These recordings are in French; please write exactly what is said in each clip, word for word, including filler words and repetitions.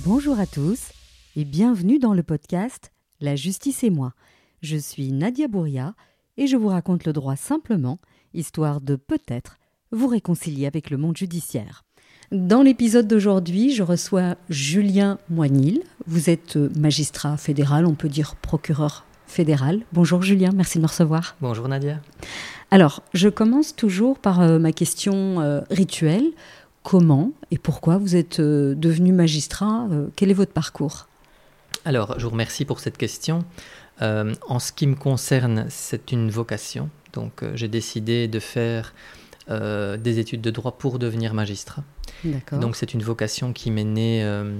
Bonjour à tous et bienvenue dans le podcast La justice et moi. Je suis Nadia Bouria et je vous raconte le droit simplement, histoire de peut-être vous réconcilier avec le monde judiciaire. Dans l'épisode d'aujourd'hui, je reçois Julien Moinil. Vous êtes magistrat fédéral, on peut dire procureur fédéral. Bonjour Julien, merci de me recevoir. Bonjour Nadia. Alors, je commence toujours par euh, ma question euh, rituelle. Comment et pourquoi vous êtes euh, devenu magistrat euh, Quel est votre parcours ? Alors, je vous remercie pour cette question. Euh, en ce qui me concerne, c'est une vocation. Donc, euh, j'ai décidé de faire euh, des études de droit pour devenir magistrat. D'accord. Donc, c'est une vocation qui m'est née euh,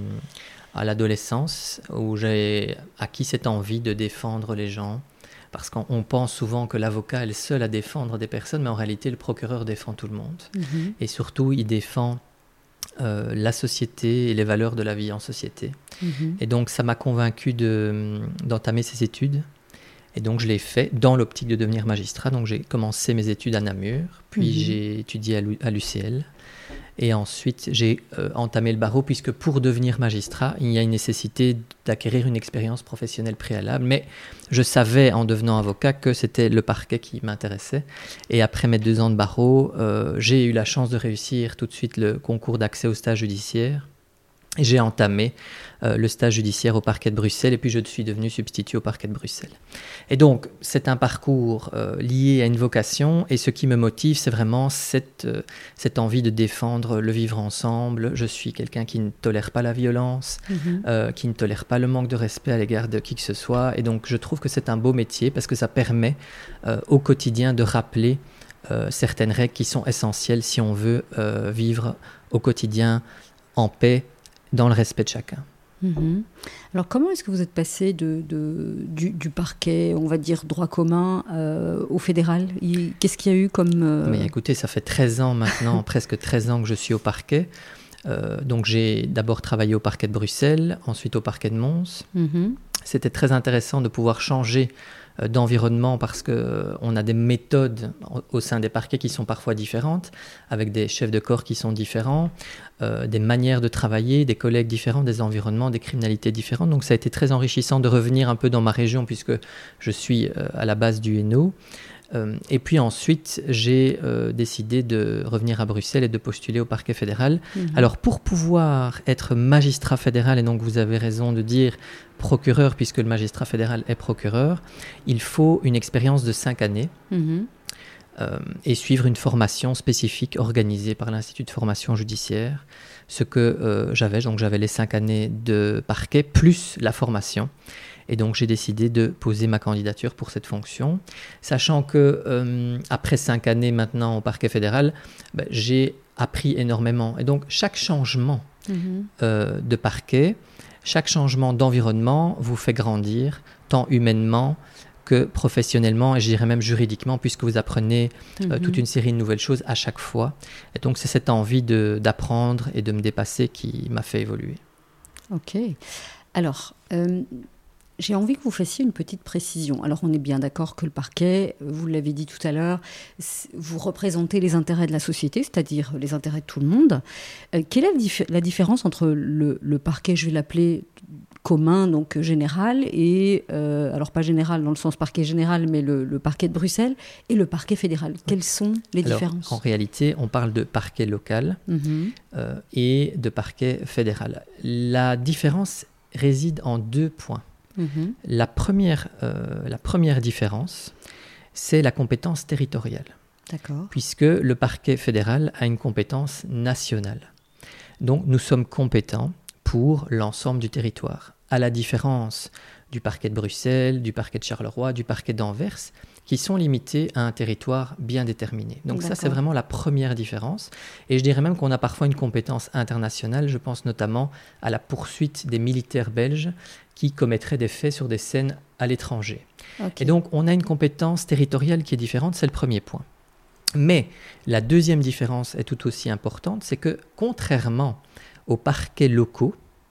à l'adolescence, où j'ai acquis cette envie de défendre les gens. Parce qu'on pense souvent que l'avocat est le seul à défendre des personnes, mais en réalité, le procureur défend tout le monde. Mmh. Et surtout, il défend euh, la société et les valeurs de la vie en société. Mmh. Et donc, ça m'a convaincu de, d'entamer ces études. Et donc, je l'ai fait dans l'optique de devenir magistrat. Donc, j'ai commencé mes études à Namur, puis mmh. j'ai étudié à l'U C L. Et ensuite, j'ai euh, entamé le barreau, puisque pour devenir magistrat, il y a une nécessité d'acquérir une expérience professionnelle préalable. Mais je savais, en devenant avocat, que c'était le parquet qui m'intéressait. Et après mes deux ans de barreau, euh, j'ai eu la chance de réussir tout de suite le concours d'accès au stage judiciaire. Et j'ai entamé euh, le stage judiciaire au parquet de Bruxelles, et puis je suis devenu substitut au parquet de Bruxelles. Et donc, c'est un parcours euh, lié à une vocation, et ce qui me motive, c'est vraiment cette, euh, cette envie de défendre le vivre ensemble. Je suis quelqu'un qui ne tolère pas la violence, mmh. euh, qui ne tolère pas le manque de respect à l'égard de qui que ce soit, et donc je trouve que c'est un beau métier, parce que ça permet euh, au quotidien de rappeler euh, certaines règles qui sont essentielles si on veut euh, vivre au quotidien en paix, dans le respect de chacun. Mmh. Alors, comment est-ce que vous êtes passé de, de, du, du parquet, on va dire, droit commun, euh, au fédéral ? Il, Qu'est-ce qu'il y a eu comme... Euh... Mais écoutez, ça fait treize ans maintenant, presque treize ans que je suis au parquet. Euh, donc, j'ai d'abord travaillé au parquet de Bruxelles, ensuite au parquet de Mons. Mmh. C'était très intéressant de pouvoir changer d'environnement parce qu'on a des méthodes au sein des parquets qui sont parfois différentes, avec des chefs de corps qui sont différents, euh, des manières de travailler, des collègues différents, des environnements, des criminalités différentes. Donc ça a été très enrichissant de revenir un peu dans ma région puisque je suis euh, à la base du Hainaut. Euh, et puis ensuite, j'ai euh, décidé de revenir à Bruxelles et de postuler au parquet fédéral. Mmh. Alors, pour pouvoir être magistrat fédéral, et donc vous avez raison de dire procureur, puisque le magistrat fédéral est procureur, il faut une expérience de cinq années mmh. euh, et suivre une formation spécifique organisée par l'Institut de formation judiciaire. Ce que euh, j'avais, donc j'avais les cinq années de parquet plus la formation. Et donc, j'ai décidé de poser ma candidature pour cette fonction, sachant que euh, après cinq années maintenant au parquet fédéral, ben, j'ai appris énormément. Et donc, chaque changement mmh. euh, de parquet, chaque changement d'environnement vous fait grandir, tant humainement que professionnellement, et je dirais même juridiquement, puisque vous apprenez mmh. euh, toute une série de nouvelles choses à chaque fois. Et donc, c'est cette envie de, d'apprendre et de me dépasser qui m'a fait évoluer. Ok. Alors... Euh... J'ai envie que vous fassiez une petite précision. Alors, on est bien d'accord que le parquet, vous l'avez dit tout à l'heure, vous représentez les intérêts de la société, c'est-à-dire les intérêts de tout le monde. Euh, quelle est la, dif- la différence entre le, le parquet, je vais l'appeler commun, donc général, et, euh, alors pas général dans le sens parquet général, mais le, le parquet de Bruxelles, et le parquet fédéral ? Quelles sont les alors, différences ? En réalité, on parle de parquet local mmh. euh, et de parquet fédéral. La différence réside en deux points. Mmh. La, première, euh, la première différence, c'est la compétence territoriale. D'accord. Puisque le parquet fédéral a une compétence nationale. Donc, nous sommes compétents pour l'ensemble du territoire. À la différence du parquet de Bruxelles, du parquet de Charleroi, du parquet d'Anvers, qui sont limités à un territoire bien déterminé. Donc D'accord. ça, c'est vraiment la première différence. Et je dirais même qu'on a parfois une compétence internationale. Je pense notamment à la poursuite des militaires belges qui commettraient des faits sur des scènes à l'étranger. Okay. Et donc, on a une compétence territoriale qui est différente, c'est le premier point. Mais la deuxième différence est tout aussi importante, c'est que contrairement aux parquets locaux,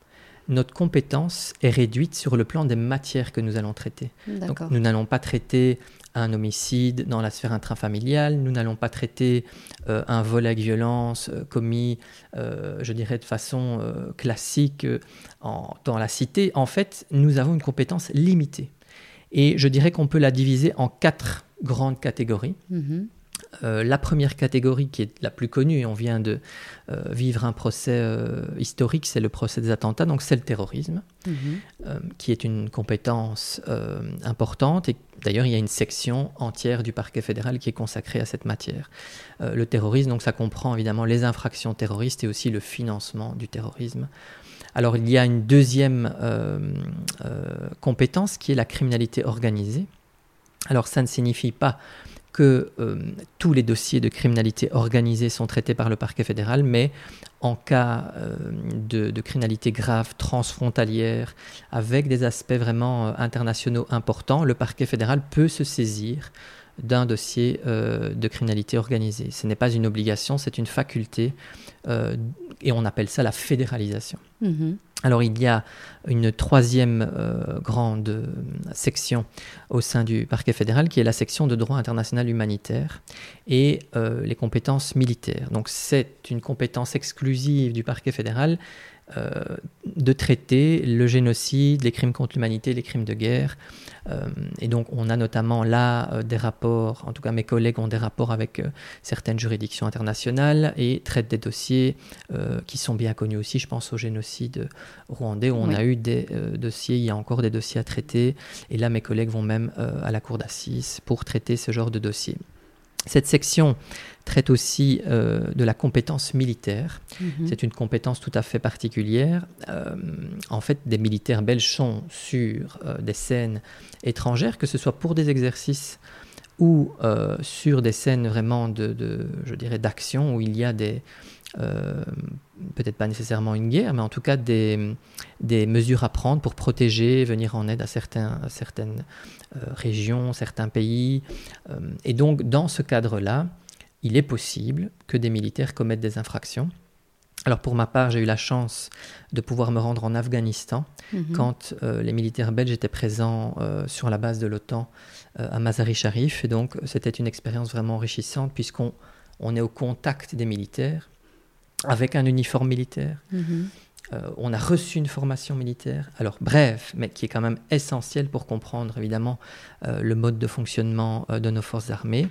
notre compétence est réduite sur le plan des matières que nous allons traiter. Donc, nous n'allons pas traiter un homicide dans la sphère intrafamiliale, nous n'allons pas traiter euh, un vol avec violence euh, commis, euh, je dirais, de façon euh, classique euh, en, dans la cité. En fait, nous avons une compétence limitée. Et je dirais qu'on peut la diviser en quatre grandes catégories. Mm-hmm. Euh, la première catégorie, qui est la plus connue, et on vient de euh, vivre un procès euh, historique, c'est le procès des attentats, donc c'est le terrorisme, mmh. euh, qui est une compétence euh, importante. Et d'ailleurs, il y a une section entière du parquet fédéral qui est consacrée à cette matière. Euh, le terrorisme, donc ça comprend évidemment les infractions terroristes et aussi le financement du terrorisme. Alors, il y a une deuxième euh, euh, compétence qui est la criminalité organisée. Alors, ça ne signifie pas que euh, tous les dossiers de criminalité organisée sont traités par le parquet fédéral, mais en cas euh, de, de criminalité grave, transfrontalière, avec des aspects vraiment euh, internationaux importants, le parquet fédéral peut se saisir d'un dossier euh, de criminalité organisée. Ce n'est pas une obligation, c'est une faculté, euh, et on appelle ça la fédéralisation. Mmh. Alors, il y a une troisième euh, grande euh, section au sein du parquet fédéral qui est la section de droit international humanitaire et euh, les compétences militaires. Donc, c'est une compétence exclusive du parquet fédéral euh, de traiter le génocide, les crimes contre l'humanité, les crimes de guerre. Euh, et donc, on a notamment là euh, des rapports, en tout cas mes collègues ont des rapports avec euh, certaines juridictions internationales et traitent des dossiers euh, qui sont bien connus aussi. Je pense au génocide rwandais où on oui. a eu des euh, dossiers, il y a encore des dossiers à traiter. Et là, mes collègues vont même euh, à la cour d'assises pour traiter ce genre de dossier. Cette section traite aussi euh, de la compétence militaire. Mmh. C'est une compétence tout à fait particulière. Euh, en fait, des militaires belges sont sur euh, des scènes étrangères, que ce soit pour des exercices ou euh, sur des scènes vraiment de, de, je dirais, d'action où il y a des, euh, peut-être pas nécessairement une guerre, mais en tout cas des, des mesures à prendre pour protéger, venir en aide à, certains, à certaines euh, régions, certains pays. Euh, et donc, dans ce cadre-là, il est possible que des militaires commettent des infractions. Alors pour ma part, j'ai eu la chance de pouvoir me rendre en Afghanistan mmh. quand euh, les militaires belges étaient présents euh, sur la base de l'OTAN euh, à Mazar-i-Sharif. Et donc c'était une expérience vraiment enrichissante puisqu'on on est au contact des militaires avec un uniforme militaire. Mmh. Euh, on a reçu une formation militaire, alors bref, mais qui est quand même essentielle pour comprendre évidemment euh, le mode de fonctionnement euh, de nos forces armées.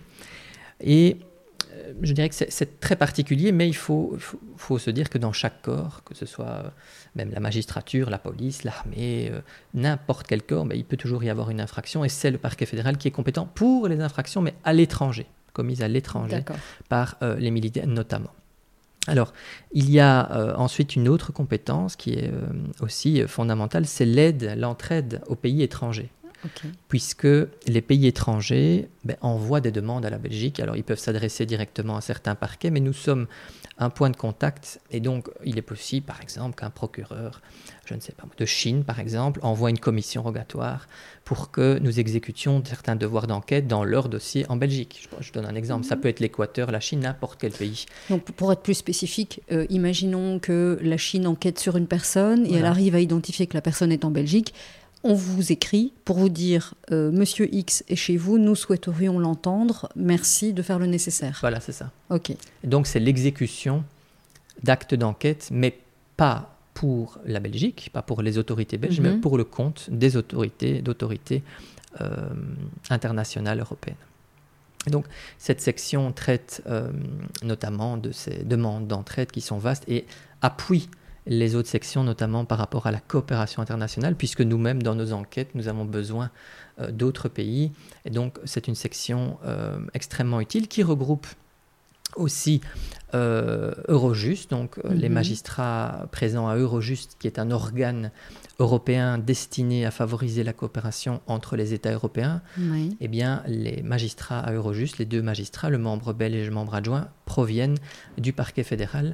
Et je dirais que c'est, c'est très particulier, mais il faut, faut, faut se dire que dans chaque corps, que ce soit même la magistrature, la police, l'armée, euh, n'importe quel corps, mais il peut toujours y avoir une infraction, et c'est le parquet fédéral qui est compétent pour les infractions, mais à l'étranger, commises à l'étranger, D'accord. par euh, les militaires notamment. Alors, il y a euh, ensuite une autre compétence qui est euh, aussi euh, fondamentale, c'est l'aide, l'entraide aux pays étrangers. Okay. Puisque les pays étrangers ben, envoient des demandes à la Belgique. Alors, ils peuvent s'adresser directement à certains parquets, mais nous sommes un point de contact. Et donc, il est possible, par exemple, qu'un procureur, je ne sais pas, de Chine, par exemple, envoie une commission rogatoire pour que nous exécutions certains devoirs d'enquête dans leur dossier en Belgique. Je, je donne un exemple. Mmh. Ça peut être l'Équateur, la Chine, n'importe quel pays. Donc, pour être plus spécifique, euh, imaginons que la Chine enquête sur une personne et voilà. elle arrive à identifier que la personne est en Belgique. On vous écrit pour vous dire euh, « Monsieur X est chez vous, nous souhaiterions l'entendre, merci de faire le nécessaire ». Voilà, c'est ça. Ok. Donc, c'est l'exécution d'actes d'enquête, mais pas pour la Belgique, pas pour les autorités belges, mm-hmm. mais pour le compte des autorités, d'autorités euh, internationales européennes. Et donc, cette section traite euh, notamment de ces demandes d'entraide qui sont vastes et appuie les autres sections, notamment par rapport à la coopération internationale, puisque nous-mêmes, dans nos enquêtes, nous avons besoin euh, d'autres pays. Et donc, c'est une section euh, extrêmement utile qui regroupe aussi euh, Eurojust, donc euh, mm-hmm. les magistrats présents à Eurojust, qui est un organe européen destiné à favoriser la coopération entre les États européens. Oui. Eh bien, les magistrats à Eurojust, les deux magistrats, le membre belge et le membre adjoint, proviennent du parquet fédéral.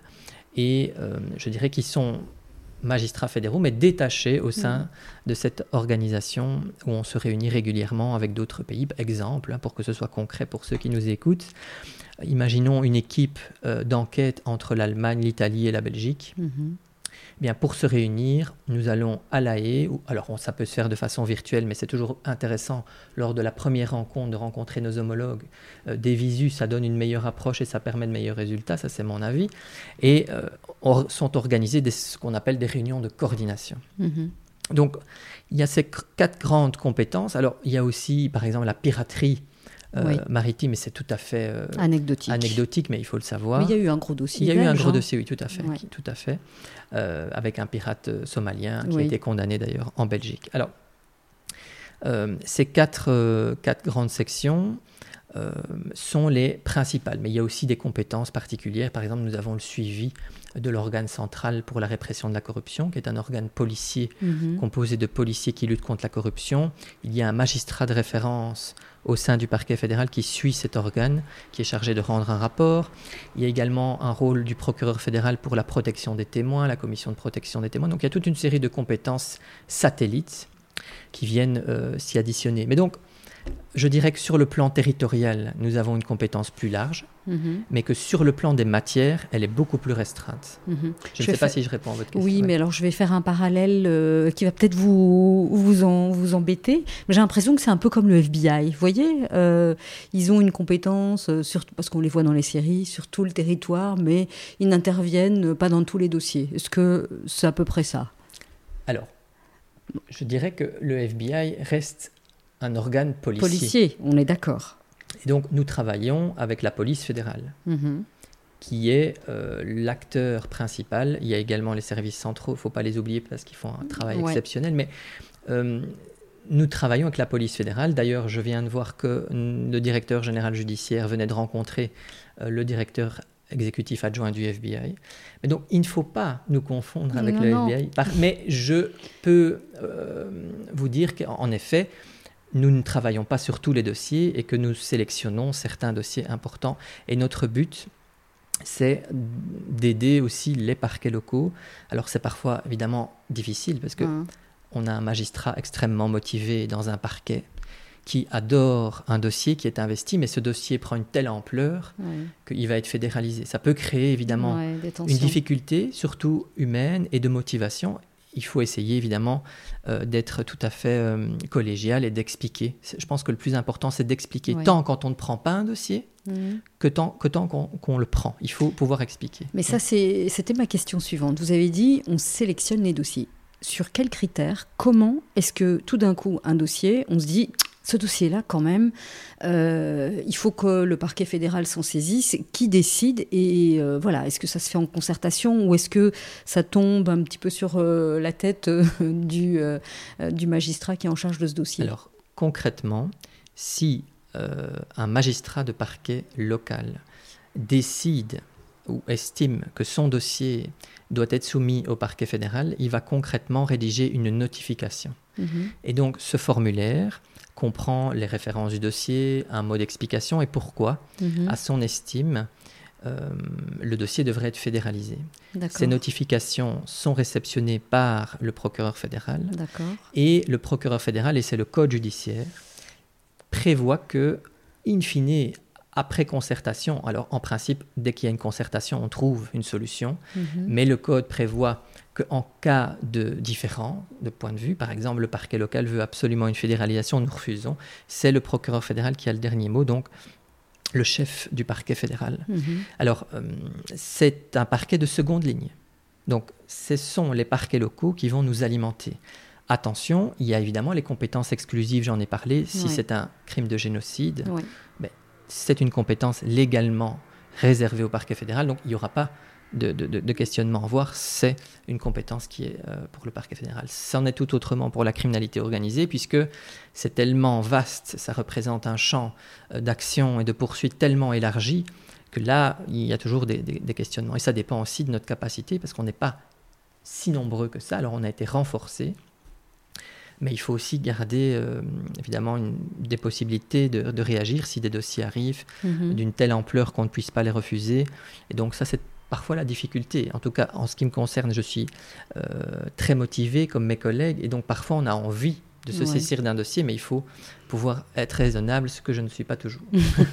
Et euh, je dirais qu'ils sont magistrats fédéraux, mais détachés au sein mmh. de cette organisation où on se réunit régulièrement avec d'autres pays. Exemple, hein, pour que ce soit concret pour ceux qui nous écoutent, imaginons une équipe euh, d'enquête entre l'Allemagne, l'Italie et la Belgique. Mmh. Bien, pour se réunir, nous allons à La Haye. Alors, on, ça peut se faire de façon virtuelle, mais c'est toujours intéressant lors de la première rencontre de rencontrer nos homologues. Euh, des visus, ça donne une meilleure approche et ça permet de meilleurs résultats, ça c'est mon avis. Et euh, or, sont organisées des, ce qu'on appelle des réunions de coordination. Mm-hmm. Donc, il y a ces quatre grandes compétences. Alors, il y a aussi, par exemple, la piraterie. Euh, oui. maritime, mais c'est tout à fait euh, anecdotique. anecdotique, mais il faut le savoir. Mais il y a eu un gros dossier. Il y a belge, eu un gros hein. dossier, oui, tout à fait, ouais. qui, tout à fait, euh, avec un pirate euh, somalien qui oui. a été condamné d'ailleurs en Belgique. Alors, euh, ces quatre, euh, quatre grandes sections euh, sont les principales, mais il y a aussi des compétences particulières. Par exemple, nous avons le suivi de l'organe central pour la répression de la corruption, qui est un organe policier mm-hmm. composé de policiers qui luttent contre la corruption. Il y a un magistrat de référence au sein du parquet fédéral qui suit cet organe, qui est chargé de rendre un rapport. Il y a également un rôle du procureur fédéral pour la protection des témoins, la commission de protection des témoins. Donc il y a toute une série de compétences satellites qui viennent euh, s'y additionner. Mais donc, je dirais que sur le plan territorial, nous avons une compétence plus large, mm-hmm. mais que sur le plan des matières, elle est beaucoup plus restreinte. Mm-hmm. Je, je ne sais pas fa... si je réponds à votre question. Oui, ouais. mais alors je vais faire un parallèle euh, qui va peut-être vous, vous, en, vous embêter. Mais j'ai l'impression que c'est un peu comme le F B I. Vous voyez, euh, ils ont une compétence, euh, surtout parce qu'on les voit dans les séries, sur tout le territoire, mais ils n'interviennent pas dans tous les dossiers. Est-ce que c'est à peu près ça ? Alors, je dirais que le F B I reste un organe policier. Policier, on est d'accord. Et donc, nous travaillons avec la police fédérale, mm-hmm. qui est euh, l'acteur principal. Il y a également les services centraux, il ne faut pas les oublier parce qu'ils font un travail ouais. exceptionnel. Mais euh, nous travaillons avec la police fédérale. D'ailleurs, je viens de voir que le directeur général judiciaire venait de rencontrer euh, le directeur exécutif adjoint du F B I. Mais donc, il ne faut pas nous confondre avec non, le non. F B I. Par... Mais je peux euh, vous dire qu'en effet, nous ne travaillons pas sur tous les dossiers et que nous sélectionnons certains dossiers importants. Et notre but, c'est d'aider aussi les parquets locaux. Alors, c'est parfois évidemment difficile parce qu'on mmh. a un magistrat extrêmement motivé dans un parquet qui adore un dossier qui est investi, mais ce dossier prend une telle ampleur mmh. qu'il va être fédéralisé. Ça peut créer évidemment ouais, une difficulté, surtout humaine et de motivation. Il faut essayer évidemment euh, d'être tout à fait euh, collégial et d'expliquer. Je pense que le plus important, c'est d'expliquer oui. tant quand on ne prend pas un dossier mmh. que tant, que tant qu'on, qu'on le prend. Il faut pouvoir expliquer. Mais ça, c'est, c'était ma question suivante. Vous avez dit, on sélectionne les dossiers. Sur quels critères ? Comment est-ce que tout d'un coup, un dossier, on se dit... Ce dossier-là, quand même, euh, il faut que le parquet fédéral s'en saisisse. Qui décide ? Et euh, voilà, est-ce que ça se fait en concertation ou est-ce que ça tombe un petit peu sur euh, la tête euh, du, euh, du magistrat qui est en charge de ce dossier ? Alors, concrètement, si euh, un magistrat de parquet local décide ou estime que son dossier doit être soumis au parquet fédéral, il va concrètement rédiger une notification. Mmh. Et donc, ce formulaire comprend les références du dossier, un mot d'explication et pourquoi, mmh. à son estime, euh, le dossier devrait être fédéralisé. D'accord. Ces notifications sont réceptionnées par le procureur fédéral. D'accord. Et le procureur fédéral, et c'est le code judiciaire, prévoit que, in fine, après concertation, alors en principe, dès qu'il y a une concertation, on trouve une solution, mmh. mais le code prévoit qu'en cas de différend de point de vue, par exemple, le parquet local veut absolument une fédéralisation, nous refusons, c'est le procureur fédéral qui a le dernier mot, donc le chef du parquet fédéral. Mmh. Alors, euh, c'est un parquet de seconde ligne. Donc, ce sont les parquets locaux qui vont nous alimenter. Attention, il y a évidemment les compétences exclusives, j'en ai parlé. Si oui. c'est un crime de génocide, oui. ben, c'est une compétence légalement réservée au parquet fédéral, donc il n'y aura pas de, de, de questionnement. Voire, c'est une compétence qui est euh, pour le parquet fédéral. C'en est tout autrement pour la criminalité organisée, puisque c'est tellement vaste, ça représente un champ euh, d'action et de poursuite tellement élargi, que là, il y a toujours des, des, des questionnements. Et ça dépend aussi de notre capacité, parce qu'on n'est pas si nombreux que ça. Alors, on a été renforcés, mais il faut aussi garder, euh, évidemment, une, des possibilités de, de réagir si des dossiers arrivent mmh. d'une telle ampleur qu'on ne puisse pas les refuser. Et donc, ça, c'est parfois la difficulté. En tout cas, en ce qui me concerne, je suis euh, très motivé, comme mes collègues, et donc parfois, on a envie de se Ouais. saisir d'un dossier, mais il faut pouvoir être raisonnable, ce que je ne suis pas toujours.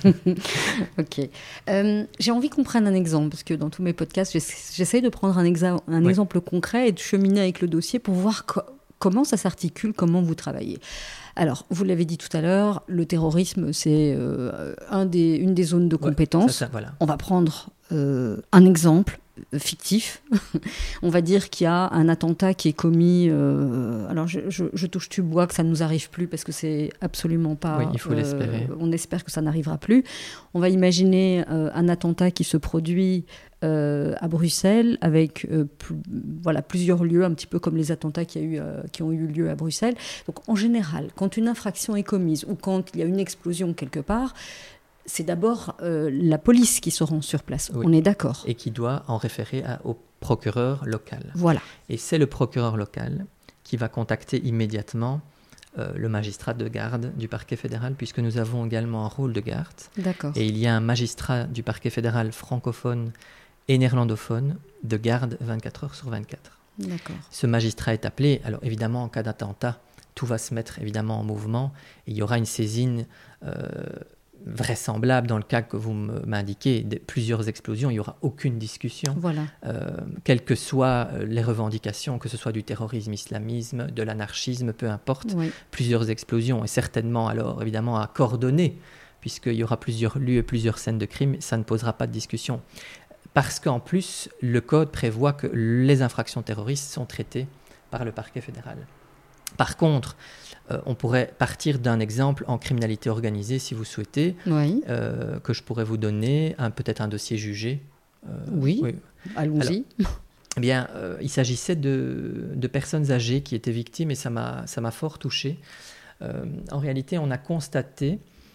Ok. Euh, j'ai envie qu'on prenne un exemple, parce que dans tous mes podcasts, j'essa- j'essaye de prendre un, exa- un Ouais. exemple concret et de cheminer avec le dossier pour voir co- comment ça s'articule, comment vous travaillez. Alors, vous l'avez dit tout à l'heure, le terrorisme, c'est euh, un des, une des zones de Ouais, compétences. ça, ça, voilà. On va prendre euh, un exemple euh, fictif. On va dire qu'il y a un attentat qui est commis. Euh, alors, je, je, je touche du bois que ça ne nous arrive plus parce que c'est absolument pas. Oui, il faut l'espérer. On espère que ça n'arrivera plus. On va imaginer euh, un attentat qui se produit euh, à Bruxelles avec euh, pl- voilà, plusieurs lieux, un petit peu comme les attentats qui, a eu, euh, qui ont eu lieu à Bruxelles. Donc, en général, quand une infraction est commise ou quand il y a une explosion quelque part, c'est d'abord euh, la police qui se rend sur place. Oui. On est d'accord. Et qui doit en référer à, au procureur local. Voilà. Et c'est le procureur local qui va contacter immédiatement euh, le magistrat de garde du parquet fédéral, puisque nous avons également un rôle de garde. D'accord. Et il y a un magistrat du parquet fédéral francophone et néerlandophone de garde vingt-quatre heures sur vingt-quatre. D'accord. Ce magistrat est appelé, alors évidemment en cas d'attentat, tout va se mettre évidemment en mouvement, et il y aura une saisine euh, vraisemblable dans le cas que vous me- m'indiquez, de plusieurs explosions, il n'y aura aucune discussion. Voilà. Euh, quelles que soient euh, les revendications, que ce soit du terrorisme, islamisme, de l'anarchisme, peu importe, Oui. plusieurs explosions, et certainement alors évidemment à coordonner, puisqu'il y aura plusieurs lieux et plusieurs scènes de crime, ça ne posera pas de discussion. Parce qu'en plus, le code prévoit que les infractions terroristes sont traitées par le parquet fédéral. Par contre, euh, on pourrait partir d'un exemple en criminalité organisée, si vous souhaitez, Oui. euh, que je pourrais vous donner, un, peut-être un dossier jugé. Euh, Oui. Allons-y. Eh bien, euh, il s'agissait de, de personnes âgées qui étaient victimes et ça m'a, ça m'a fort touché. Euh, en réalité, on a constaté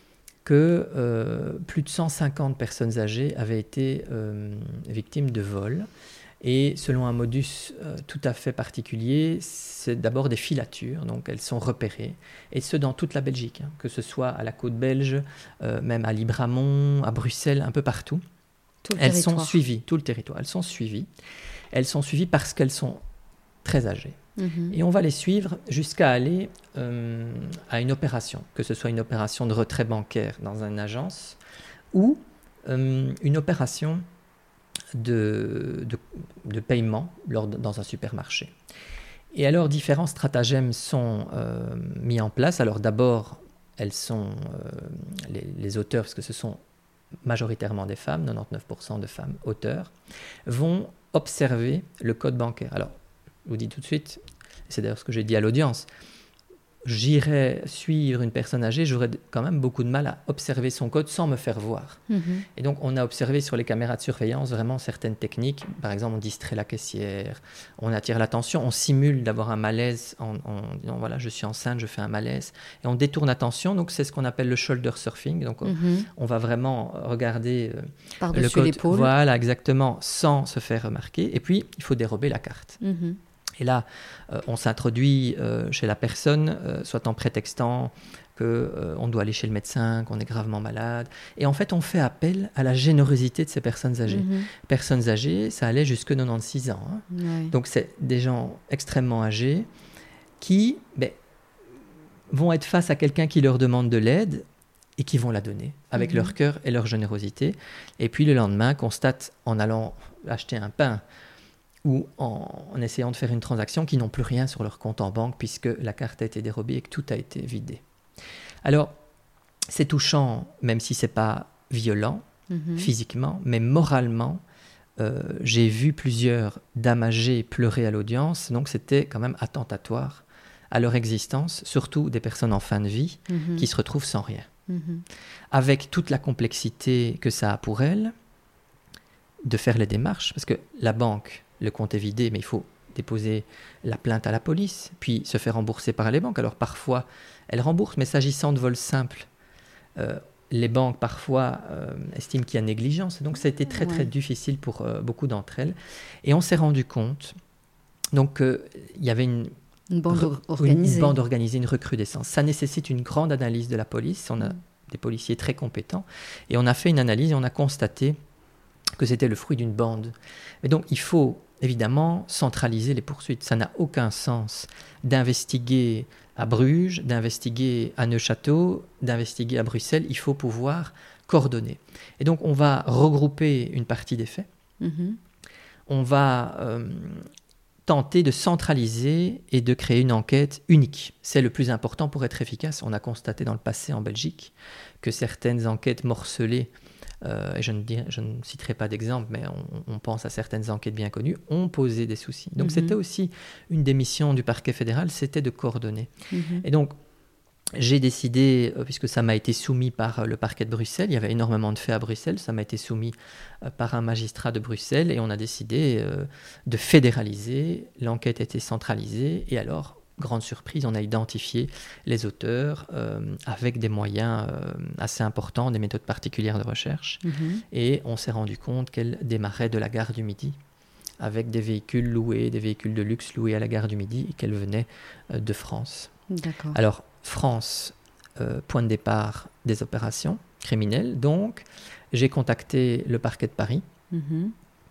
que euh, plus de cent cinquante personnes âgées avaient été euh, victimes de vol. Et selon un modus euh, tout à fait particulier, c'est d'abord des filatures, donc elles sont repérées, et ce dans toute la Belgique, hein, que ce soit à la côte belge, euh, même à Libramont, à Bruxelles, un peu partout. Tout le Elles territoire. sont suivies, tout le territoire, elles sont suivies. Elles sont suivies parce qu'elles sont très âgées. Mhm. Et on va les suivre jusqu'à aller euh, à une opération, que ce soit une opération de retrait bancaire dans une agence ou euh, une opération de, de, de paiement lors de- dans un supermarché. Et alors, différents stratagèmes sont euh, mis en place. Alors d'abord, elles sont, euh, les, les auteurs, parce que ce sont majoritairement des femmes, quatre-vingt-dix-neuf pour cent de femmes auteurs, vont observer le code bancaire. Alors, je vous dis tout de suite, c'est d'ailleurs ce que j'ai dit à l'audience, j'irais suivre une personne âgée, j'aurais quand même beaucoup de mal à observer son code sans me faire voir. Mhm. Et donc, on a observé sur les caméras de surveillance vraiment certaines techniques. Par exemple, on distrait la caissière, on attire l'attention, on simule d'avoir un malaise en, en disant voilà, je suis enceinte, je fais un malaise. Et on détourne l'attention. Donc, c'est ce qu'on appelle le shoulder surfing. Donc, on, Mhm. on va vraiment regarder euh, le Par-dessus code. l'épaule. Voilà, exactement, sans se faire remarquer. Et puis, il faut dérober la carte. Mhm. Et là, euh, on s'introduit euh, chez la personne, euh, soit en prétextant qu'on euh, doit aller chez le médecin, qu'on est gravement malade. Et en fait, on fait appel à la générosité de ces personnes âgées. Mhm. Personnes âgées, ça allait jusque quatre-vingt-seize ans. Hein. Ouais. Donc, c'est des gens extrêmement âgés qui ben, vont être face à quelqu'un qui leur demande de l'aide et qui vont la donner avec Mhm. leur cœur et leur générosité. Et puis, le lendemain, constatent en allant acheter un pain ou en, en essayant de faire une transaction qui n'ont plus rien sur leur compte en banque puisque la carte a été dérobée et que tout a été vidé. Alors, c'est touchant, même si ce n'est pas violent Mhm. physiquement, mais moralement, euh, j'ai vu plusieurs dames âgées pleurer à l'audience, donc c'était quand même attentatoire à leur existence, surtout des personnes en fin de vie Mhm. qui se retrouvent sans rien. Mhm. Avec toute la complexité que ça a pour elles, de faire les démarches, parce que la banque, le compte est vidé, mais il faut déposer la plainte à la police, puis se faire rembourser par les banques. Alors parfois, elles remboursent, mais s'agissant de vols simples, euh, les banques parfois euh, estiment qu'il y a négligence. Donc ça a été très très Ouais. difficile pour euh, beaucoup d'entre elles. Et on s'est rendu compte donc euh, il y avait une, Une bande re- organisée. une bande organisée, une recrudescence. Ça nécessite une grande analyse de la police. On a Mm. des policiers très compétents. Et on a fait une analyse et on a constaté que c'était le fruit d'une bande. Et donc, il faut évidemment centraliser les poursuites. Ça n'a aucun sens d'investiguer à Bruges, d'investiguer à Neuchâtel, d'investiguer à Bruxelles. Il faut pouvoir coordonner. Et donc, on va regrouper une partie des faits. Mm-hmm. On va euh, tenter de centraliser et de créer une enquête unique. C'est le plus important pour être efficace. On a constaté dans le passé en Belgique que certaines enquêtes morcelées, euh, et je ne, dirai, je ne citerai pas d'exemple, mais on, on pense à certaines enquêtes bien connues, ont posé des soucis. Donc, mm-hmm. c'était aussi une des missions du parquet fédéral, c'était de coordonner. Mm-hmm. Et donc, j'ai décidé, puisque ça m'a été soumis par le parquet de Bruxelles, il y avait énormément de faits à Bruxelles, ça m'a été soumis par un magistrat de Bruxelles et on a décidé euh, de fédéraliser, l'enquête a été centralisée et alors, grande surprise, on a identifié les auteurs euh, avec des moyens euh, assez importants, des méthodes particulières de recherche mmh. et on s'est rendu compte qu'elle démarrait de la gare du Midi avec des véhicules loués, des véhicules de luxe loués à la gare du Midi et qu'elle venait euh, de France. D'accord. Alors, France, euh, point de départ des opérations criminelles. Donc, j'ai contacté le parquet de Paris. Mm-hmm.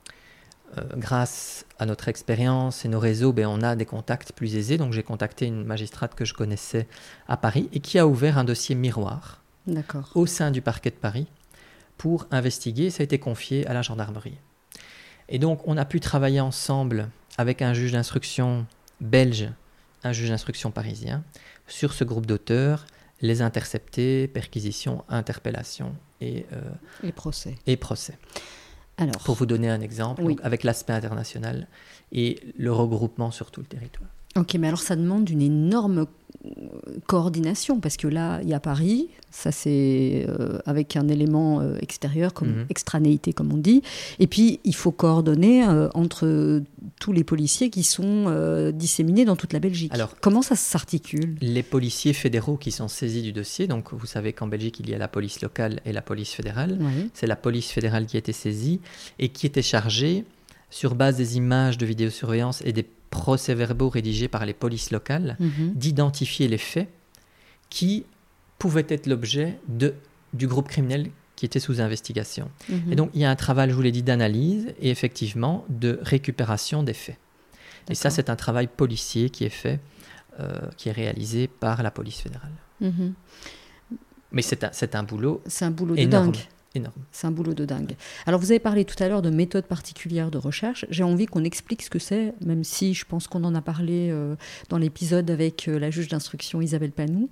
Euh, grâce à notre expérience et nos réseaux, ben, on a des contacts plus aisés. Donc, j'ai contacté une magistrate que je connaissais à Paris et qui a ouvert un dossier miroir D'accord. au sein du parquet de Paris pour investiguer. Ça a été confié à la gendarmerie. Et donc, on a pu travailler ensemble avec un juge d'instruction belge, un juge d'instruction parisien, sur ce groupe d'auteurs, les intercepter, perquisition, interpellation et, euh, et procès. Et procès. Alors, pour vous donner un exemple, oui. donc, avec l'aspect international et le regroupement sur tout le territoire. Ok, mais alors ça demande une énorme coordination, parce que là, il y a Paris, ça c'est euh, avec un élément euh, extérieur, comme mm-hmm. extranéité comme on dit, et puis il faut coordonner euh, entre tous les policiers qui sont euh, disséminés dans toute la Belgique. Alors, comment ça s'articule ? Les policiers fédéraux qui sont saisis du dossier, donc vous savez qu'en Belgique il y a la police locale et la police fédérale, oui. C'est la police fédérale qui a été saisie et qui était chargée, sur base des images de vidéosurveillance et des procès-verbaux rédigés par les polices locales, mmh. d'identifier les faits qui pouvaient être l'objet de, du groupe criminel qui était sous investigation. Mmh. Et donc, il y a un travail, je vous l'ai dit, d'analyse et effectivement de récupération des faits. D'accord. Et ça, c'est un travail policier qui est fait, euh, qui est réalisé par la police fédérale. Mmh. Mais c'est un, c'est un boulot C'est un boulot énorme. de dingue. Énorme. C'est un boulot de dingue. Alors, vous avez parlé tout à l'heure de méthodes particulières de recherche. J'ai envie qu'on explique ce que c'est, même si je pense qu'on en a parlé euh, dans l'épisode avec euh, la juge d'instruction Isabelle Panou.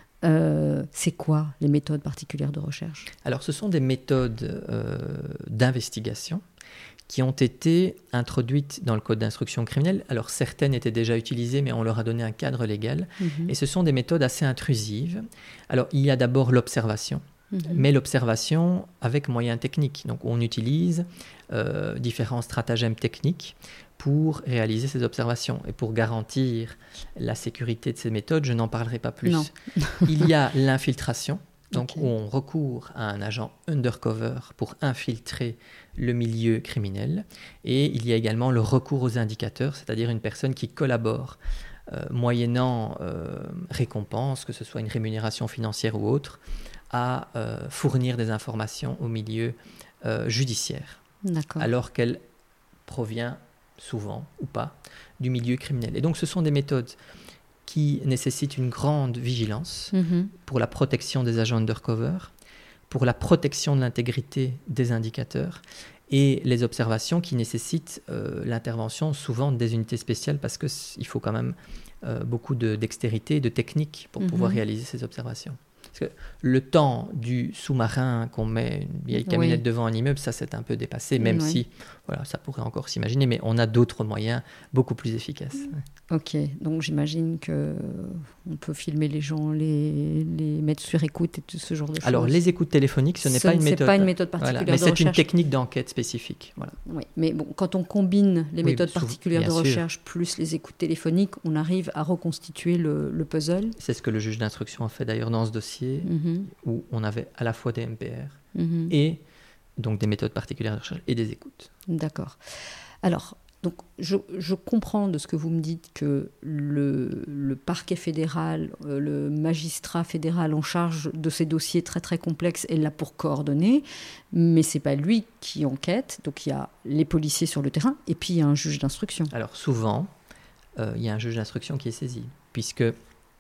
Euh, c'est quoi les méthodes particulières de recherche ? Alors, ce sont des méthodes euh, d'investigation qui ont été introduites dans le code d'instruction criminelle. Alors, certaines étaient déjà utilisées, mais on leur a donné un cadre légal. Mmh. Et ce sont des méthodes assez intrusives. Alors, il y a d'abord l'observation. Mmh. Mais l'observation avec moyens techniques. Donc, on utilise euh, différents stratagèmes techniques pour réaliser ces observations. Et pour garantir la sécurité de ces méthodes, je n'en parlerai pas plus. Il y a l'infiltration, donc okay. où on recourt à un agent undercover pour infiltrer le milieu criminel. Et il y a également le recours aux indicateurs, c'est-à-dire une personne qui collabore euh, moyennant euh, récompense, que ce soit une rémunération financière ou autre, à euh, fournir des informations au milieu euh, judiciaire, D'accord. alors qu'elle provient souvent ou pas du milieu criminel. Et donc ce sont des méthodes qui nécessitent une grande vigilance mm-hmm. pour la protection des agents undercover, pour la protection de l'intégrité des indicateurs et les observations qui nécessitent euh, l'intervention souvent des unités spéciales parce qu'il faut quand même euh, beaucoup de dextérité et de technique pour mm-hmm. pouvoir réaliser ces observations. Parce que le temps du sous-marin qu'on met une vieille camionnette oui. devant un immeuble, ça c'est un peu dépassé, même oui. si voilà, ça pourrait encore s'imaginer, mais on a d'autres moyens beaucoup plus efficaces. Ok, donc j'imagine qu'on peut filmer les gens, les, les mettre sur écoute et tout ce genre de choses. Alors les écoutes téléphoniques, ce n'est ce, pas, une méthode, pas une méthode particulière voilà, mais de c'est recherche. Une technique d'enquête spécifique. Voilà. Oui, mais bon, quand on combine les oui, méthodes souvent, particulières de sûr. recherche plus les écoutes téléphoniques, on arrive à reconstituer le, le puzzle. C'est ce que le juge d'instruction a fait d'ailleurs dans ce dossier, mm-hmm. où on avait à la fois des M P R mm-hmm. et donc des méthodes particulières de recherche et des écoutes. D'accord. Alors, donc, je, je comprends de ce que vous me dites que le, le parquet fédéral, euh, le magistrat fédéral en charge de ces dossiers très très complexes est là pour coordonner, mais ce n'est pas lui qui enquête. Donc il y a les policiers sur le terrain et puis il y a un juge d'instruction. Alors souvent, euh, il y a un juge d'instruction qui est saisi, puisque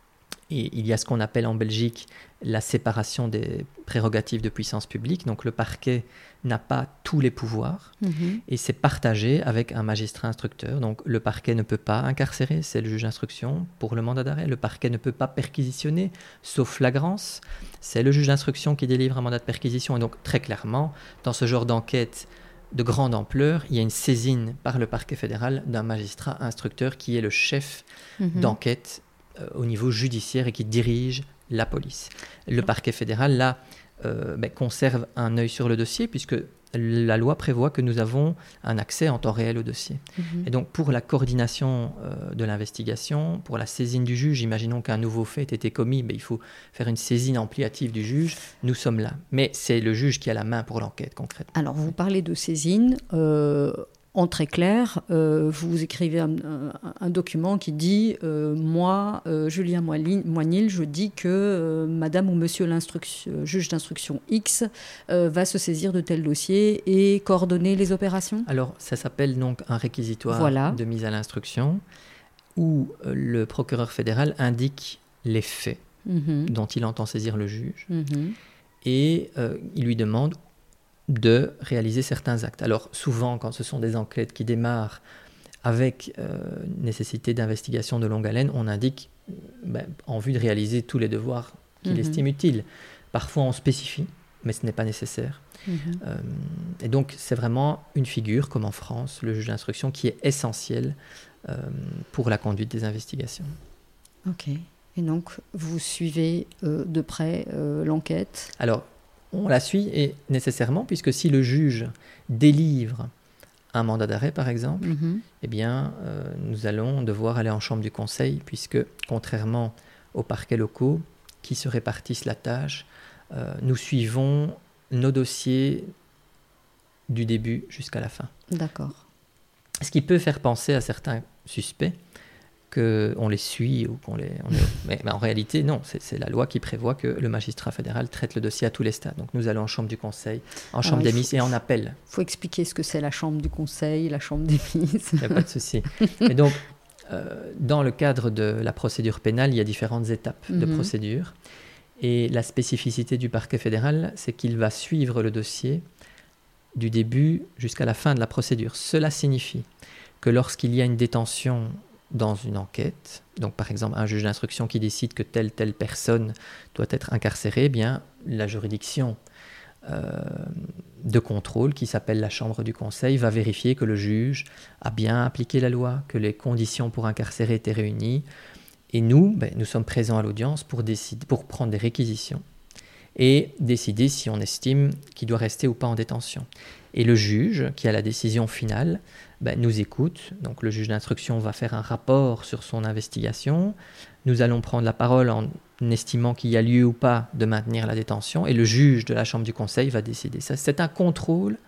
Et il y a ce qu'on appelle en Belgique la séparation des prérogatives de puissance publique. Donc le parquet n'a pas tous les pouvoirs mmh. et c'est partagé avec un magistrat instructeur. Donc le parquet ne peut pas incarcérer, c'est le juge d'instruction pour le mandat d'arrêt. Le parquet ne peut pas perquisitionner, sauf flagrance. C'est le juge d'instruction qui délivre un mandat de perquisition. Et donc très clairement, dans ce genre d'enquête de grande ampleur, il y a une saisine par le parquet fédéral d'un magistrat instructeur qui est le chef mmh. d'enquête euh, au niveau judiciaire et qui dirige la police. Le parquet fédéral, là, euh, ben, conserve un œil sur le dossier puisque la loi prévoit que nous avons un accès en temps réel au dossier. Mmh. Et donc, pour la coordination euh, de l'investigation, pour la saisine du juge, imaginons qu'un nouveau fait ait été commis, ben, il faut faire une saisine ampliative du juge. Nous sommes là. Mais c'est le juge qui a la main pour l'enquête concrète. Alors, vous parlez de saisine. Euh... En très clair, euh, vous écrivez un, un, un document qui dit euh, « Moi, euh, Julien Moinil, je dis que euh, Madame ou Monsieur l'instruction, juge d'instruction X euh, va se saisir de tel dossier et coordonner les opérations ». Alors, ça s'appelle donc un réquisitoire voilà. de mise à l'instruction où euh, le procureur fédéral indique les faits mm-hmm. dont il entend saisir le juge mm-hmm. et euh, il lui demande de réaliser certains actes. Alors souvent, quand ce sont des enquêtes qui démarrent avec euh, nécessité d'investigation de longue haleine, on indique ben, en vue de réaliser tous les devoirs qu'il mmh. estime utiles. Parfois on spécifie, mais ce n'est pas nécessaire. Mmh. Euh, et donc c'est vraiment une figure, comme en France, le juge d'instruction, qui est essentielle euh, pour la conduite des investigations. Ok. Et donc vous suivez euh, de près euh, l'enquête ? Alors, on la suit et nécessairement, puisque si le juge délivre un mandat d'arrêt, par exemple, mm-hmm. eh bien, euh, nous allons devoir aller en chambre du conseil, puisque, contrairement aux parquets locaux qui se répartissent la tâche, euh, nous suivons nos dossiers du début jusqu'à la fin. D'accord. Ce qui peut faire penser à certains suspects qu'on les suit ou qu'on les... On est... mais, mais en réalité, non, c'est, c'est la loi qui prévoit que le magistrat fédéral traite le dossier à tous les stades. Donc nous allons en chambre du conseil, en chambre des mises et en appel. Il faut expliquer ce que c'est la chambre du conseil, la chambre des mises. Il n'y a pas de souci. Et donc, euh, dans le cadre de la procédure pénale, il y a différentes étapes mm-hmm. de procédure. Et la spécificité du parquet fédéral, c'est qu'il va suivre le dossier du début jusqu'à la fin de la procédure. Cela signifie que lorsqu'il y a une détention dans une enquête, donc par exemple un juge d'instruction qui décide que telle telle personne doit être incarcérée, eh bien la juridiction euh, de contrôle qui s'appelle la chambre du conseil va vérifier que le juge a bien appliqué la loi, que les conditions pour incarcérer étaient réunies, et nous, ben, nous sommes présents à l'audience pour décider, pour prendre des réquisitions et décider si on estime qu'il doit rester ou pas en détention. Et le juge, qui a la décision finale, ben, nous écoute. Donc le juge d'instruction va faire un rapport sur son investigation. Nous allons prendre la parole en estimant qu'il y a lieu ou pas de maintenir la détention. Et le juge de la chambre du conseil va décider. Ça, c'est un contrôle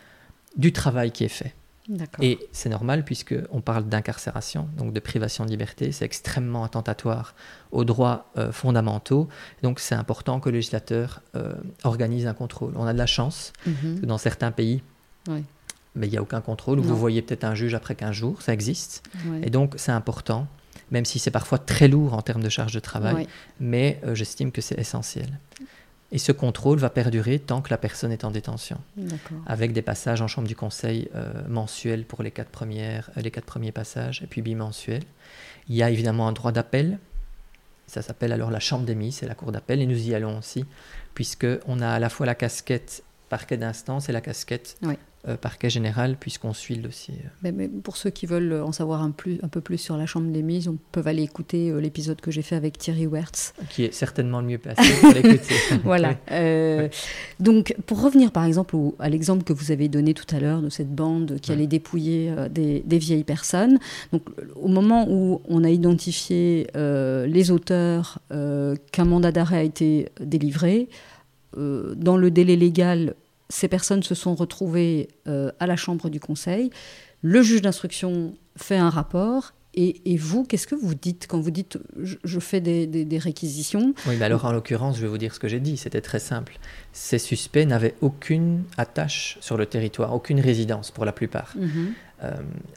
du travail qui est fait. D'accord. Et c'est normal puisqu'on parle d'incarcération, donc de privation de liberté. C'est extrêmement attentatoire aux droits euh, fondamentaux. Donc c'est important que le législateur euh, organise un contrôle. On a de la chance mm-hmm. que dans certains pays, oui. mais il n'y a aucun contrôle. Non. Vous voyez peut-être un juge après quinze jours, ça existe. Oui. Et donc c'est important, même si c'est parfois très lourd en termes de charge de travail, oui. mais euh, j'estime que c'est essentiel. Et ce contrôle va perdurer tant que la personne est en détention. D'accord. Avec des passages en chambre du conseil euh, mensuels pour les quatre, premières, euh, les quatre premiers passages, et puis bimensuels. Il y a évidemment un droit d'appel. Ça s'appelle alors la chambre des mises, c'est la cour d'appel, et nous y allons aussi, puisqu'on a à la fois la casquette parquet d'instance et la casquette oui. euh, parquet général, puisqu'on suit le dossier. Mais, mais pour ceux qui veulent en savoir un, plus, un peu plus sur la chambre des mises, on peut aller écouter euh, l'épisode que j'ai fait avec Thierry Wertz. Qui est certainement le mieux placé pour l'écouter. Voilà. Euh, donc, pour revenir par exemple au, à l'exemple que vous avez donné tout à l'heure de cette bande qui ouais. allait dépouiller euh, des, des vieilles personnes, donc, au moment où on a identifié euh, les auteurs, euh, qu'un mandat d'arrêt a été délivré, euh, dans le délai légal, ces personnes se sont retrouvées euh, à la chambre du conseil. Le juge d'instruction fait un rapport. Et, et vous, qu'est-ce que vous dites quand vous dites je, je fais des, des, des réquisitions ? Oui, mais alors en l'occurrence, je vais vous dire ce que j'ai dit. C'était très simple. Ces suspects n'avaient aucune attache sur le territoire, aucune résidence pour la plupart. Mm-hmm. Euh,